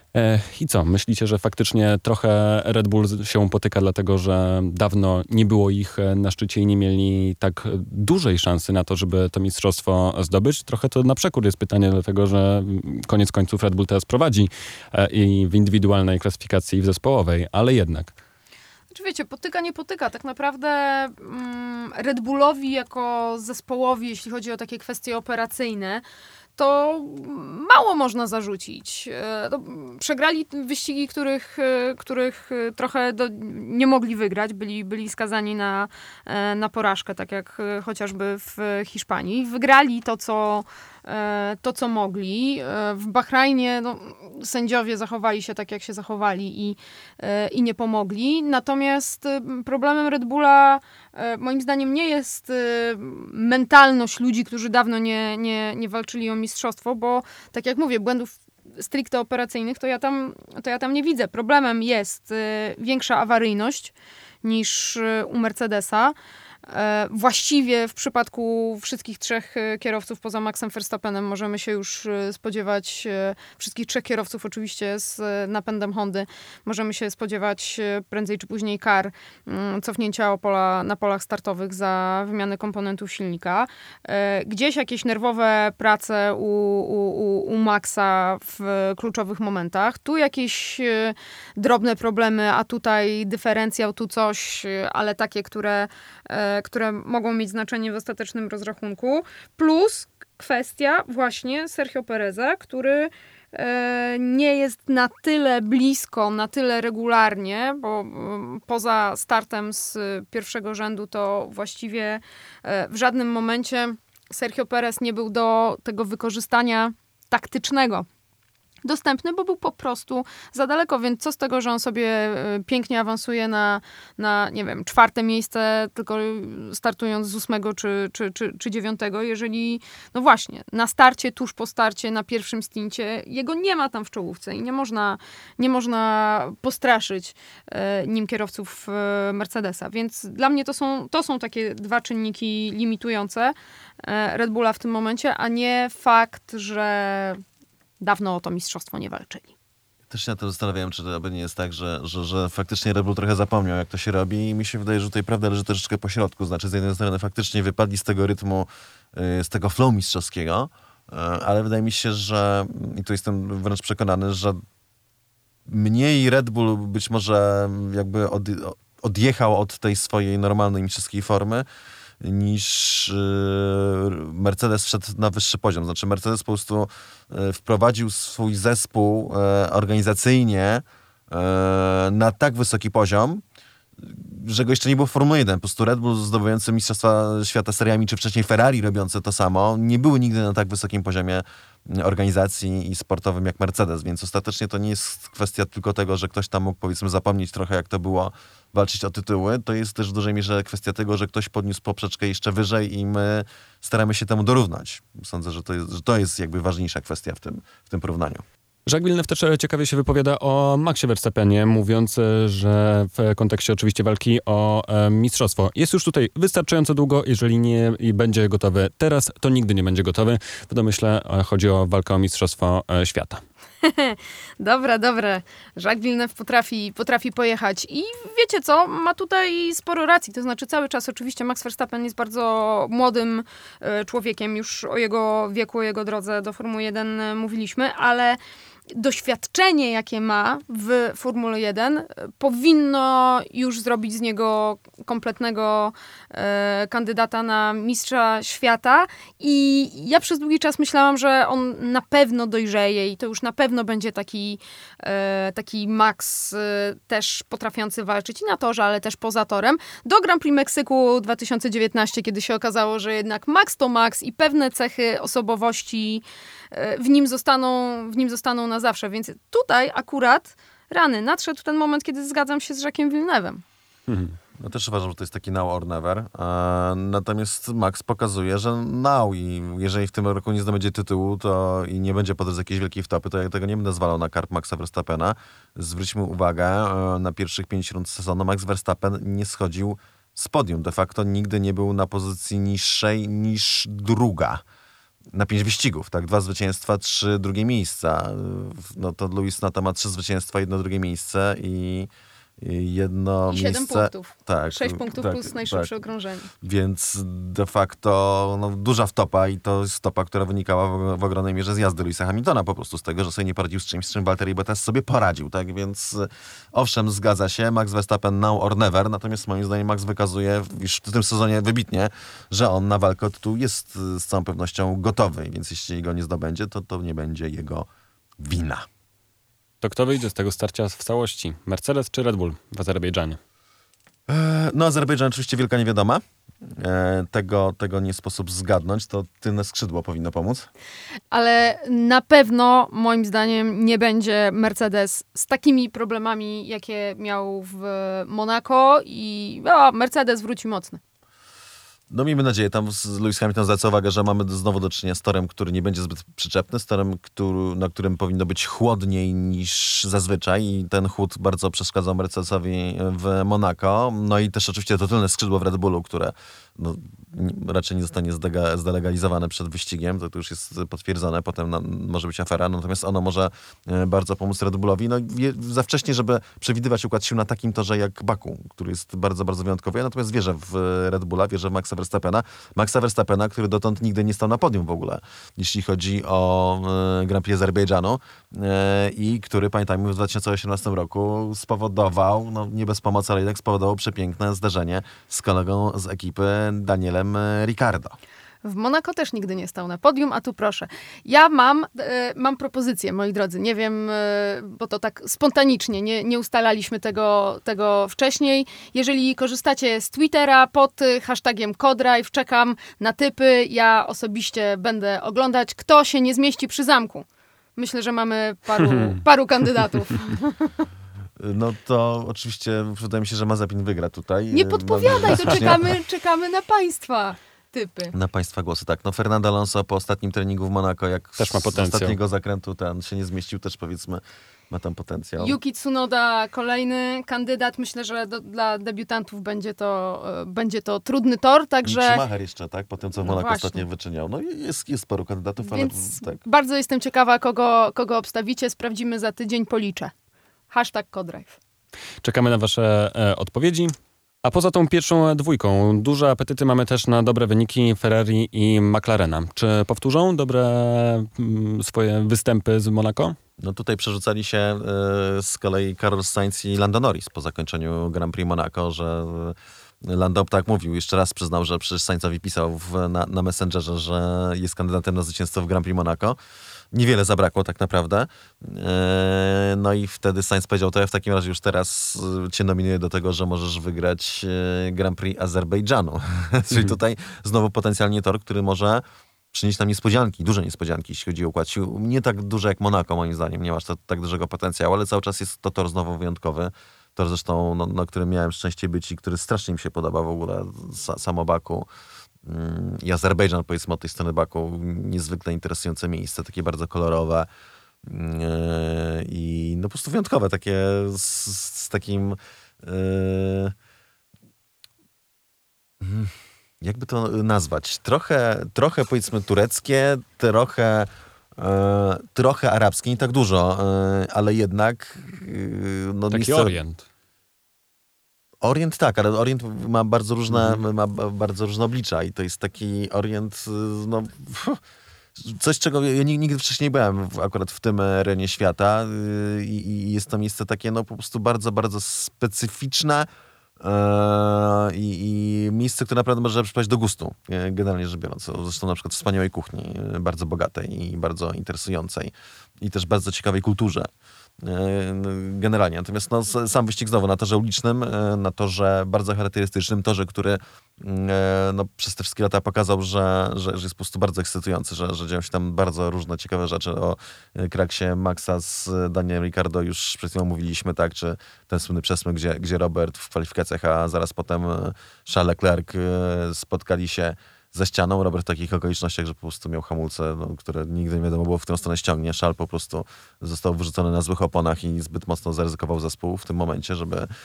I co? Myślicie, że faktycznie trochę Red Bull się potyka, dlatego że dawno nie było ich na szczycie i nie mieli tak dużej szansy na to, żeby to mistrzostwo zdobyć? Trochę to na przekór jest pytanie, dlatego że koniec końców Red Bull teraz prowadzi i w indywidualnej klasyfikacji i w zespołowej, ale jednak. Czy wiecie, potyka, nie potyka. Tak naprawdę mm, Red Bullowi jako zespołowi, jeśli chodzi o takie kwestie operacyjne, to mało można zarzucić. To przegrali wyścigi, których, których trochę do, nie mogli wygrać. Byli, byli skazani na, na porażkę, tak jak chociażby w Hiszpanii. Wygrali to, co, to, co mogli. W Bahrajnie no, sędziowie zachowali się tak, jak się zachowali i, i nie pomogli. Natomiast problemem Red Bulla moim zdaniem nie jest mentalność ludzi, którzy dawno nie, nie, nie walczyli o mistrzostwo, bo tak jak mówię, błędów stricte operacyjnych to ja tam, to ja tam nie widzę. Problemem jest większa awaryjność niż u Mercedesa. Właściwie w przypadku wszystkich trzech kierowców poza Maxem Verstappenem możemy się już spodziewać, wszystkich trzech kierowców oczywiście z napędem Hondy, możemy się spodziewać prędzej czy później kar, cofnięcia Opola na polach startowych za wymianę komponentów silnika. Gdzieś jakieś nerwowe prace u, u, u Maxa w kluczowych momentach. Tu jakieś drobne problemy, a tutaj dyferencjał, tu coś, ale takie, które które mogą mieć znaczenie w ostatecznym rozrachunku, plus kwestia właśnie Sergio Pereza, który e, nie jest na tyle blisko, na tyle regularnie, bo e, poza startem z pierwszego rzędu to właściwie e, w żadnym momencie Sergio Perez nie był do tego wykorzystania taktycznego dostępny, bo był po prostu za daleko, więc co z tego, że on sobie pięknie awansuje na, na nie wiem, czwarte miejsce, tylko startując z ósmego czy, czy, czy, czy dziewiątego, jeżeli, no właśnie, na starcie, tuż po starcie, na pierwszym stincie, jego nie ma tam w czołówce i nie można, nie można postraszyć e, nim kierowców e, Mercedesa, więc dla mnie to są, to są takie dwa czynniki limitujące e, Red Bulla w tym momencie, a nie fakt, że dawno o to mistrzostwo nie walczyli. Też się na to zastanawiałem, czy to nie jest tak, że, że, że faktycznie Red Bull trochę zapomniał, jak to się robi i mi się wydaje, że tutaj prawda leży troszeczkę po środku. Znaczy z jednej strony faktycznie wypadli z tego rytmu, z tego flow mistrzowskiego, ale wydaje mi się, że i tu jestem wręcz przekonany, że mniej Red Bull być może jakby od, odjechał od tej swojej normalnej mistrzowskiej formy, niż Mercedes wszedł na wyższy poziom. Znaczy Mercedes po prostu wprowadził swój zespół organizacyjnie na tak wysoki poziom, że go jeszcze nie było w Formule jeden. Po prostu Red Bull zdobywający Mistrzostwa Świata seriami, czy wcześniej Ferrari robiące to samo, nie były nigdy na tak wysokim poziomie organizacji i sportowym jak Mercedes, więc ostatecznie to nie jest kwestia tylko tego, że ktoś tam mógł, powiedzmy, zapomnieć trochę, jak to było walczyć o tytuły. To jest też w dużej mierze kwestia tego, że ktoś podniósł poprzeczkę jeszcze wyżej i my staramy się temu dorównać. Sądzę, że to jest, że to jest jakby ważniejsza kwestia w tym, w tym porównaniu. Jacques Villeneuve też ciekawie się wypowiada o Maxie Verstappenie, mówiąc, że w kontekście oczywiście walki o e, mistrzostwo jest już tutaj wystarczająco długo, jeżeli nie będzie gotowy teraz, to nigdy nie będzie gotowy. W domyśle chodzi o walkę o mistrzostwo e, świata. Dobra, dobra. Jacques Villeneuve potrafi, potrafi pojechać. I wiecie co? Ma tutaj sporo racji. To znaczy cały czas oczywiście Max Verstappen jest bardzo młodym e, człowiekiem. Już o jego wieku, o jego drodze do Formuły jeden e, mówiliśmy, ale doświadczenie, jakie ma w Formule jeden, powinno już zrobić z niego kompletnego e, kandydata na mistrza świata. I ja przez długi czas myślałam, że on na pewno dojrzeje i to już na pewno będzie taki, e, taki Max e, też potrafiący walczyć i na torze, ale też poza torem. Do Grand Prix Meksyku dwa tysiące dziewiętnastego, kiedy się okazało, że jednak Max to Max i pewne cechy osobowości e, w nim zostaną, w nim zostaną na zawsze. Więc tutaj akurat rany, nadszedł ten moment, kiedy zgadzam się z Jacques'em Villeneuve'em. Mhm. Ja też uważam, że to jest taki now or never. E, natomiast Max pokazuje, że now i jeżeli w tym roku nie zdobędzie tytułu to i nie będzie po drodze jakiejś wielkiej wtopy, to ja tego nie będę zwalał na karp Maxa Verstappena. Zwróćmy uwagę, e, na pierwszych pięć rund sezonu Max Verstappen nie schodził z podium. De facto nigdy nie był na pozycji niższej niż druga. Na pięć wyścigów, tak? Dwa zwycięstwa, trzy drugie miejsca. No to Lewis Nata ma trzy zwycięstwa, jedno drugie miejsce i jedno I miejsce... siedem punktów. Tak. Sześć punktów tak, plus najszybsze tak. okrążenie. Więc de facto no, duża wtopa i to jest stopa, która wynikała w, w ogromnej mierze z jazdy Lewisa Hamiltona po prostu z tego, że sobie nie poradził z czymś, z czym Valtteri Bottas sobie poradził, tak? Więc owszem, zgadza się, Max Verstappen now or never, natomiast moim zdaniem Max wykazuje już w tym sezonie wybitnie, że on na walkę o tytuł jest z całą pewnością gotowy, więc jeśli go nie zdobędzie, to to nie będzie jego wina. To kto wyjdzie z tego starcia w całości? Mercedes czy Red Bull w Azerbejdżanie? No Azerbejdżan oczywiście wielka niewiadoma. E, tego, tego nie sposób zgadnąć. To tylne skrzydło powinno pomóc. Ale na pewno, moim zdaniem, nie będzie Mercedes z takimi problemami, jakie miał w Monako i o, Mercedes wróci mocny. No miejmy nadzieję, tam Lewis Hamilton zwraca uwagę, że mamy znowu do czynienia z torem, który nie będzie zbyt przyczepny, z torem, który, na którym powinno być chłodniej niż zazwyczaj i ten chłód bardzo przeszkadzał Mercedesowi w Monako. No i też oczywiście to tylne skrzydło w Red Bullu, które no, raczej nie zostanie zdega, zdelegalizowane przed wyścigiem, to, to już jest potwierdzone, potem no, może być afera, natomiast ono może bardzo pomóc Red Bullowi. No je, za wcześnie, żeby przewidywać układ sił na takim torze jak Baku, który jest bardzo, bardzo wyjątkowy. Ja natomiast wierzę w Red Bulla, wierzę w Maxa Verstappena. Maxa Verstappena, który dotąd nigdy nie stał na podium w ogóle, jeśli chodzi o e, Grand Prix Azerbejdżanu e, i który, pamiętajmy, w dwa tysiące osiemnastym roku spowodował, no nie bez pomocy, ale jednak spowodował przepiękne zderzenie z kolegą z ekipy Danielem Ricciardo. W Monako też nigdy nie stał na podium, a tu proszę. Ja mam, e, mam propozycję, moi drodzy. Nie wiem, e, bo to tak spontanicznie, nie, nie ustalaliśmy tego, tego wcześniej. Jeżeli korzystacie z Twittera pod hashtagiem Codrive, czekam na typy. Ja osobiście będę oglądać, kto się nie zmieści przy zamku. Myślę, że mamy paru, paru kandydatów. No to oczywiście wydaje mi się, że Mazepin wygra tutaj. Nie podpowiadaj, to czekamy, czekamy na państwa typy. Na państwa głosy, tak. No Fernando Alonso po ostatnim treningu w Monako, jak też ma potencjał. Z ostatniego zakrętu ten się nie zmieścił, też powiedzmy ma tam potencjał. Yuki Tsunoda, kolejny kandydat. Myślę, że do, dla debiutantów będzie to, e, będzie to trudny tor, także... I Schumacher jeszcze, tak? Po tym, co w Monako no ostatnio wyczyniał. No jest, jest sporo kandydatów, Więc ale tak. Bardzo jestem ciekawa, kogo, kogo obstawicie. Sprawdzimy za tydzień, policzę. Hashtag Codrive. Czekamy na wasze e, odpowiedzi. A poza tą pierwszą dwójką, duże apetyty mamy też na dobre wyniki Ferrari i McLarena. Czy powtórzą dobre mm, swoje występy z Monako? No tutaj przerzucali się y, z kolei Carlos Sainz i Lando Norris po zakończeniu Grand Prix Monaco, że y, Lando tak mówił, jeszcze raz przyznał, że przecież Sainzowi pisał w, na, na Messengerze, że jest kandydatem na zwycięstwo w Grand Prix Monaco. Niewiele zabrakło tak naprawdę. E, no i wtedy Sainz powiedział, to ja w takim razie już teraz cię nominuję do tego, że możesz wygrać Grand Prix Azerbejdżanu. Czyli tutaj znowu potencjalnie tor, który może przynieść nam niespodzianki, duże niespodzianki, jeśli chodzi o układ sił. Nie tak duże jak Monako, moim zdaniem, nie masz to, tak dużego potencjału, ale cały czas jest to tor znowu wyjątkowy. Tor zresztą, no, na którym miałem szczęście być i który strasznie mi się podoba w ogóle, samo Baku. I Azerbejdżan, powiedzmy, od tej strony Baku, niezwykle interesujące miejsce, takie bardzo kolorowe i no po prostu wyjątkowe, takie z, z takim jakby to nazwać, trochę, trochę powiedzmy tureckie, trochę E, trochę arabski, nie tak dużo, e, ale jednak... E, no, Taki miejsce... Orient. Orient tak, ale Orient ma bardzo różne, Mhm. ma bardzo różne oblicza i to jest taki Orient, no... Coś, czego ja nigdy wcześniej nie byłem w, akurat w tym rejonie świata yy, i jest to miejsce takie no po prostu bardzo, bardzo specyficzne yy, i miejsce, które naprawdę może przypaść do gustu, yy, generalnie rzecz biorąc. Zresztą na przykład wspaniałej kuchni, yy, bardzo bogatej i bardzo interesującej i też bardzo ciekawej kulturze. Generalnie. Natomiast no, sam wyścig znowu na torze ulicznym, na torze bardzo charakterystycznym, torze, który no, przez te wszystkie lata pokazał, że, że, że jest po prostu bardzo ekscytujący, że, że dzieją się tam bardzo różne ciekawe rzeczy. O kraksie Maxa z Danielem Ricciardo już przed chwilą mówiliśmy, tak, czy ten słynny przesmyk, gdzie, gdzie Robert w kwalifikacjach, a zaraz potem Charles Leclerc spotkali się ze ścianą. Robert w takich okolicznościach, że po prostu miał hamulce, no, które nigdy nie wiadomo było, w którą stronę ściągnie. Charles po prostu został wyrzucony na złych oponach i zbyt mocno zaryzykował zespół w tym momencie, żeby y,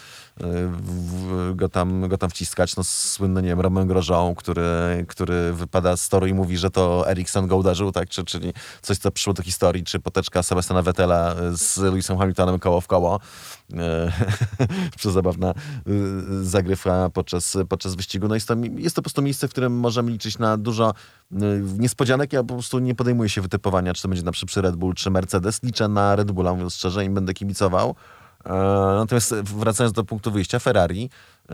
w, go, tam, go tam wciskać. No słynny, nie wiem, Romain Grosjean, który, który wypada z toru i mówi, że to Ericsson go uderzył, tak? Czy, czyli coś, co przyszło do historii, czy poteczka Sebastiana Vettela z Lewisem Hamiltonem koło w koło. Przezabawna zagrywka podczas, podczas wyścigu. No jest to, jest to po prostu miejsce, w którym możemy liczyć na dużo niespodzianek. Ja po prostu nie podejmuję się wytypowania, czy to będzie na przykład przy Red Bull, czy Mercedes. Liczę na Red Bulla, mówiąc szczerze, i będę kibicował. Natomiast wracając do punktu wyjścia, Ferrari,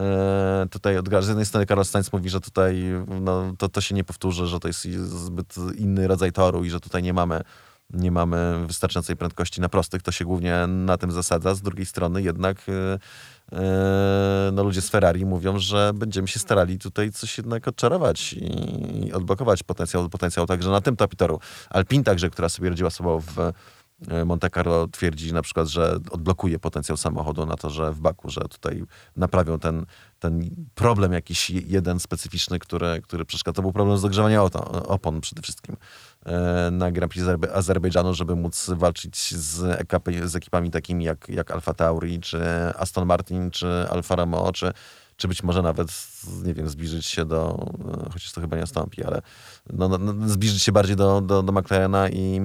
tutaj od z jednej strony Carlos Sainz mówi, że tutaj no, to, to się nie powtórzy, że to jest zbyt inny rodzaj toru i że tutaj nie mamy nie mamy wystarczającej prędkości na prostych, to się głównie na tym zasadza. Z drugiej strony jednak yy, no, ludzie z Ferrari mówią, że będziemy się starali tutaj coś jednak odczarować i, i odblokować potencjał, potencjał także na tym topie toru. Alpine także, która sobie radziła sobą w Monte Carlo, twierdzi na przykład, że odblokuje potencjał samochodu na to, że w Baku, że tutaj naprawią ten, ten problem jakiś jeden specyficzny, który, który przeszkadza. To był problem z dogrzewania opon przede wszystkim na Grand Prix Azerbejdżanu, żeby móc walczyć z, ekipy, z ekipami takimi jak, jak Alfa Tauri, czy Aston Martin, czy Alfa Romeo, czy czy być może nawet, nie wiem, zbliżyć się do, chociaż to chyba nie nastąpi, ale no, no, zbliżyć się bardziej do, do, do McLarena i,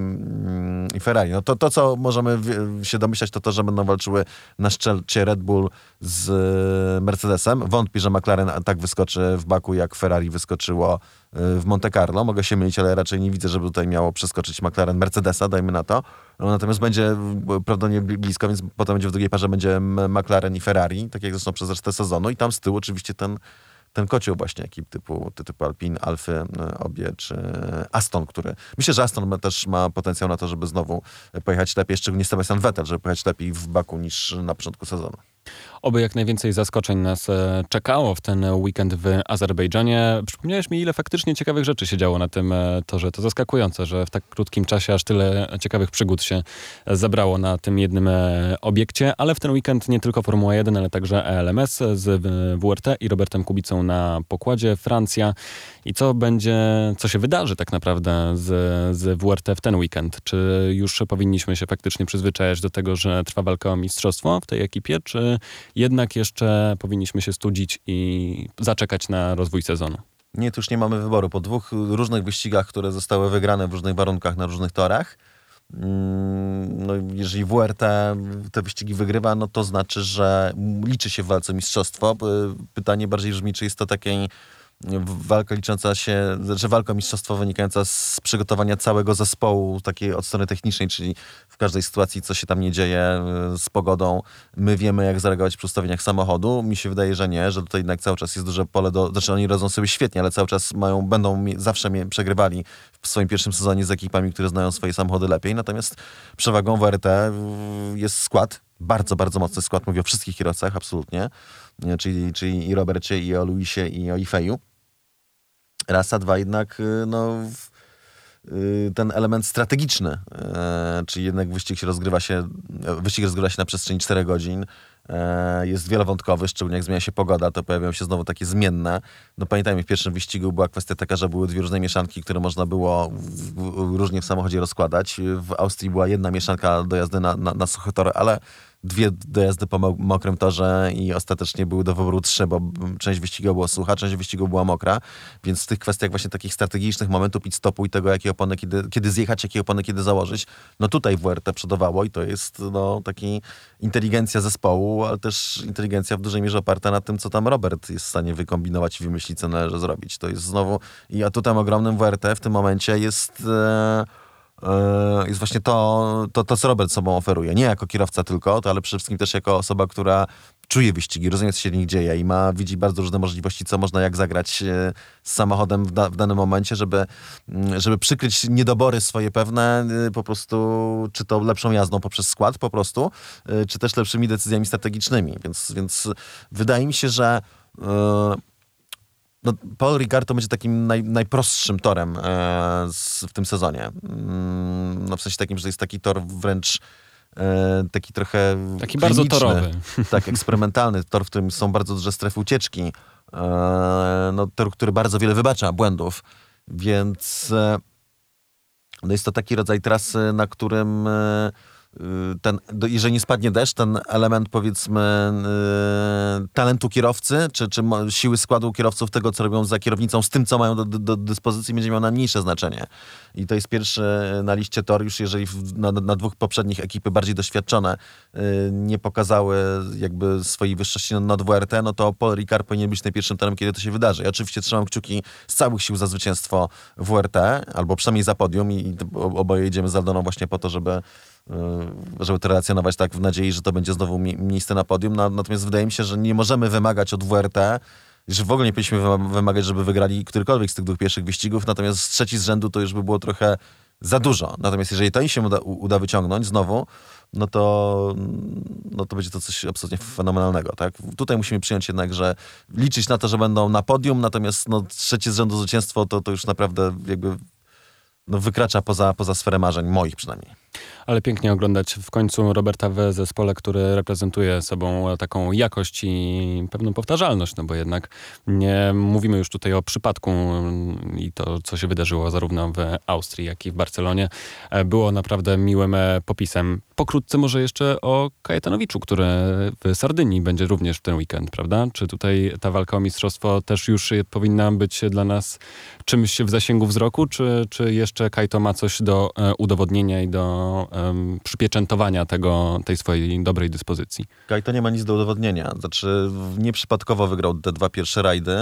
i Ferrari. No to, to, co możemy w, się domyślać, to to, że będą walczyły na szczelcie Red Bull z Mercedesem. Wątpię, że McLaren tak wyskoczy w Baku, jak Ferrari wyskoczyło w Monte Carlo. Mogę się mylić, ale raczej nie widzę, żeby tutaj miało przeskoczyć McLaren Mercedesa, dajmy na to. No, natomiast będzie prawdopodobnie blisko, więc potem będzie w drugiej parze będzie McLaren i Ferrari, tak jak zresztą przez resztę sezonu. I tam z tyłu oczywiście ten, ten kocioł właśnie ekip typu, typu Alpine, Alfy, obie, czy Aston, który... Myślę, że Aston ma, też ma potencjał na to, żeby znowu pojechać lepiej, szczególnie Sebastian Vettel, żeby pojechać lepiej w Baku niż na początku sezonu. Oby jak najwięcej zaskoczeń nas czekało w ten weekend w Azerbejdżanie. Przypomniałeś mi, ile faktycznie ciekawych rzeczy się działo na tym torze. To zaskakujące, że w tak krótkim czasie aż tyle ciekawych przygód się zebrało na tym jednym obiekcie, ale w ten weekend nie tylko Formuła jeden, ale także E L M S z W R T i Robertem Kubicą na pokładzie. Francja. I co będzie, co się wydarzy tak naprawdę z, z W R T w ten weekend? Czy już powinniśmy się faktycznie przyzwyczajać do tego, że trwa walka o mistrzostwo w tej ekipie, czy jednak jeszcze powinniśmy się studzić i zaczekać na rozwój sezonu? Nie, tu już nie mamy wyboru. Po dwóch różnych wyścigach, które zostały wygrane w różnych warunkach, na różnych torach, no, jeżeli W R T te wyścigi wygrywa, no to znaczy, że liczy się w walce mistrzostwo. Pytanie bardziej brzmi, czy jest to takie walka licząca się, że walka mistrzostwo wynikająca z przygotowania całego zespołu, takiej od strony technicznej, czyli w każdej sytuacji, co się tam nie dzieje z pogodą, my wiemy, jak zareagować przy ustawieniach samochodu. Mi się wydaje, że nie, że tutaj jednak cały czas jest duże pole do... Znaczy oni radzą sobie świetnie, ale cały czas mają, będą zawsze mnie przegrywali w swoim pierwszym sezonie z ekipami, które znają swoje samochody lepiej. Natomiast przewagą W R T jest skład, bardzo, bardzo mocny skład, mówię o wszystkich kierowcach, absolutnie, czyli, czyli i Robercie, i o Luisie, i o Ifeju. Raz, a dwa jednak no, ten element strategiczny, czyli jednak wyścig się rozgrywa się, wyścig rozgrywa się na przestrzeni czterech godzin, jest wielowątkowy, szczególnie jak zmienia się pogoda, to pojawiają się znowu takie zmienne. No pamiętajmy, w pierwszym wyścigu była kwestia taka, że były dwie różne mieszanki, które można było w, w, różnie w samochodzie rozkładać. W Austrii była jedna mieszanka do jazdy na, na, na suche tory, ale dwie dojazdy po mokrym torze i ostatecznie były do wyboru trzy, bo część wyścigu była sucha, część wyścigu była mokra, więc w tych kwestiach właśnie takich strategicznych momentów pit stopu i tego, jakie opony, kiedy, kiedy zjechać, jakie opony, kiedy założyć, no tutaj W R T przodowało i to jest no taki inteligencja zespołu, ale też inteligencja w dużej mierze oparta na tym, co tam Robert jest w stanie wykombinować i wymyślić, co należy zrobić. To jest znowu i atutem ogromnym W R T w tym momencie jest e, jest właśnie to, to, to, co Robert sobą oferuje. Nie jako kierowca tylko, to, ale przede wszystkim też jako osoba, która czuje wyścigi, rozumie, co się w nich dzieje i ma, widzi bardzo różne możliwości, co można, jak zagrać z samochodem w, da, w danym momencie, żeby, żeby przykryć niedobory swoje pewne, po prostu, czy to lepszą jazdą poprzez skład po prostu, czy też lepszymi decyzjami strategicznymi. Więc, więc wydaje mi się, że yy, no, Paul Ricard to będzie takim naj, najprostszym torem e, z, w tym sezonie. Mm, no, w sensie takim, że to jest taki tor wręcz e, taki trochę Taki bardzo torowy. Tak, eksperymentalny tor, w którym są bardzo duże strefy ucieczki. E, no, tor, który bardzo wiele wybacza błędów. Więc e, no jest to taki rodzaj trasy, na którym e, ten, jeżeli nie spadnie deszcz, ten element powiedzmy yy, talentu kierowcy, czy, czy siły składu kierowców, tego co robią za kierownicą, z tym co mają do, do, do dyspozycji, będzie miał najmniejsze znaczenie. I to jest pierwszy na liście tor, już jeżeli w, na, na dwóch poprzednich ekipy bardziej doświadczone yy, nie pokazały jakby swojej wyższości nad W R T, no to Paul Ricard powinien być najpierwszym torem, kiedy to się wydarzy. Ja oczywiście trzymam kciuki z całych sił za zwycięstwo W R T, albo przynajmniej za podium i oboje idziemy z Aldoną właśnie po to, żeby żeby to relacjonować tak w nadziei, że to będzie znowu mi- miejsce na podium. Natomiast wydaje mi się, że nie możemy wymagać od W R T, że w ogóle nie powinniśmy wymagać, żeby wygrali którykolwiek z tych dwóch pierwszych wyścigów, natomiast trzeci z rzędu to już by było trochę za dużo. Natomiast jeżeli to im się uda, uda wyciągnąć znowu, no to, no to będzie to coś absolutnie fenomenalnego. Tak? Tutaj musimy przyjąć jednak, że liczyć na to, że będą na podium, natomiast no, trzecie z rzędu zwycięstwo to, to już naprawdę jakby no, wykracza poza, poza sferę marzeń, moich przynajmniej. Ale pięknie oglądać w końcu Roberta w zespole, który reprezentuje sobą taką jakość i pewną powtarzalność, no bo jednak nie mówimy już tutaj o przypadku i to, co się wydarzyło zarówno w Austrii, jak i w Barcelonie, było naprawdę miłym popisem. Pokrótce może jeszcze o Kajetanowiczu, który w Sardynii będzie również w ten weekend, prawda? Czy tutaj ta walka o mistrzostwo też już powinna być dla nas czymś w zasięgu wzroku, czy, czy jeszcze Kajto ma coś do udowodnienia i do Um, przypieczętowania tego, tej swojej dobrej dyspozycji? Kajto nie ma nic do udowodnienia. Znaczy, nieprzypadkowo wygrał te dwa pierwsze rajdy.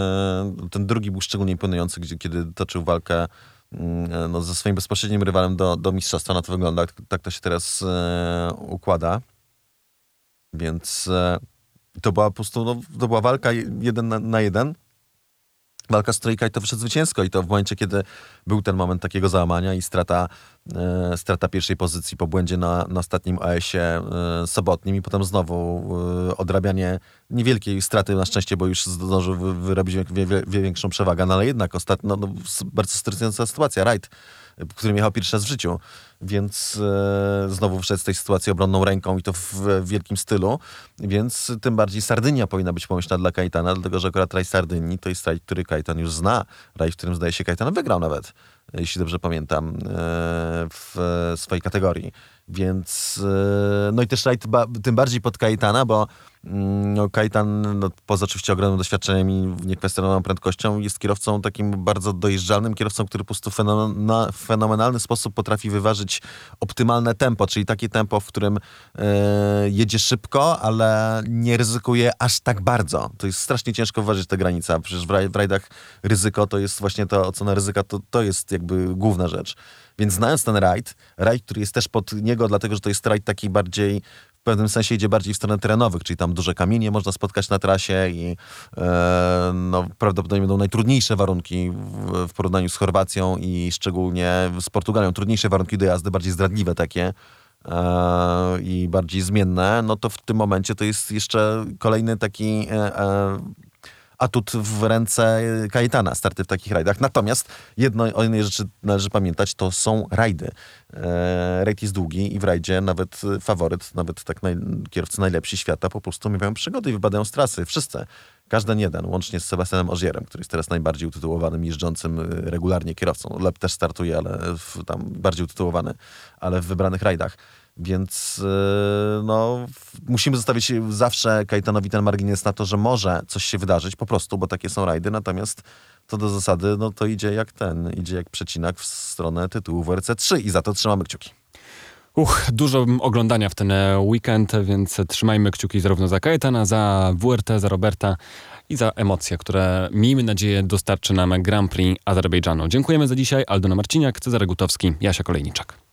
Ten drugi był szczególnie imponujący, gdzie, kiedy toczył walkę no, ze swoim bezpośrednim rywalem do, do mistrzostwa. Na to wygląda. Tak, tak to się teraz e, układa. Więc e, to była po prostu no, to była walka jeden na, na jeden. Walka, z której Kajto wyszedł zwycięsko i to w momencie, kiedy był ten moment takiego załamania i strata, e, strata pierwszej pozycji po błędzie na, na ostatnim A S-ie e, sobotnim i potem znowu e, odrabianie niewielkiej straty na szczęście, bo już zdążył wy, wyrobić wie, wie, wie większą przewagę, no ale jednak ostatnio no, bardzo stresująca sytuacja, rajd, w którym jechał pierwszy raz w życiu, więc e, znowu wszedł z tej sytuacji obronną ręką i to w, w wielkim stylu, więc tym bardziej Sardynia powinna być pomyślna dla Kajtana, dlatego że akurat rajd Sardynii to jest rajd, który Kajtan już zna, rajd, w którym zdaje się Kajtan wygrał nawet, jeśli dobrze pamiętam, e, w swojej kategorii. Więc, no i też rajd ba, tym bardziej pod Kajtana, bo no, Kajtan, no, poza oczywiście ogromnym doświadczeniem i niekwestionowaną prędkością, jest kierowcą takim bardzo dojeżdżalnym, kierowcą, który po prostu w fenomenalny sposób potrafi wyważyć optymalne tempo, czyli takie tempo, w którym e, jedzie szybko, ale nie ryzykuje aż tak bardzo. To jest strasznie ciężko wyważyć tę granicę. Przecież w, raj, w rajdach ryzyko to jest właśnie to, ocena ryzyka, to, to jest jakby główna rzecz. Więc znając ten rajd, rajd, który jest też pod niego, dlatego że to jest rajd taki bardziej, w pewnym sensie idzie bardziej w stronę terenowych, czyli tam duże kamienie można spotkać na trasie i e, no, prawdopodobnie będą najtrudniejsze warunki w, w porównaniu z Chorwacją i szczególnie z Portugalią. Trudniejsze warunki do jazdy, bardziej zdradliwe takie e, i bardziej zmienne. No to w tym momencie to jest jeszcze kolejny taki e, e, atut w ręce Kajetana, starty w takich rajdach. Natomiast jedno, o jednej rzeczy należy pamiętać, to są rajdy. E, rajd jest długi i w rajdzie nawet faworyt, nawet tak naj, kierowcy najlepsi świata po prostu miewają przygody i wypadają z trasy. Wszyscy. Każdy jeden, łącznie z Sebastianem Ogierem, który jest teraz najbardziej utytułowanym, jeżdżącym regularnie kierowcą. Lep też startuje, ale w, tam bardziej utytułowany, ale w wybranych rajdach. Więc no, musimy zostawić zawsze Kajtanowi ten margines na to, że może coś się wydarzyć po prostu, bo takie są rajdy, natomiast to do zasady, no to idzie jak ten, idzie jak przecinak w stronę tytułu W R C trzy i za to trzymamy kciuki. Uch, dużo oglądania w ten weekend, więc trzymajmy kciuki zarówno za Kajetana, za W R T, za Roberta i za emocje, które miejmy nadzieję dostarczy nam Grand Prix Azerbejdżanu. Dziękujemy za dzisiaj. Aldona Marciniak, Cezary Gutowski, Jasia Olejniczak.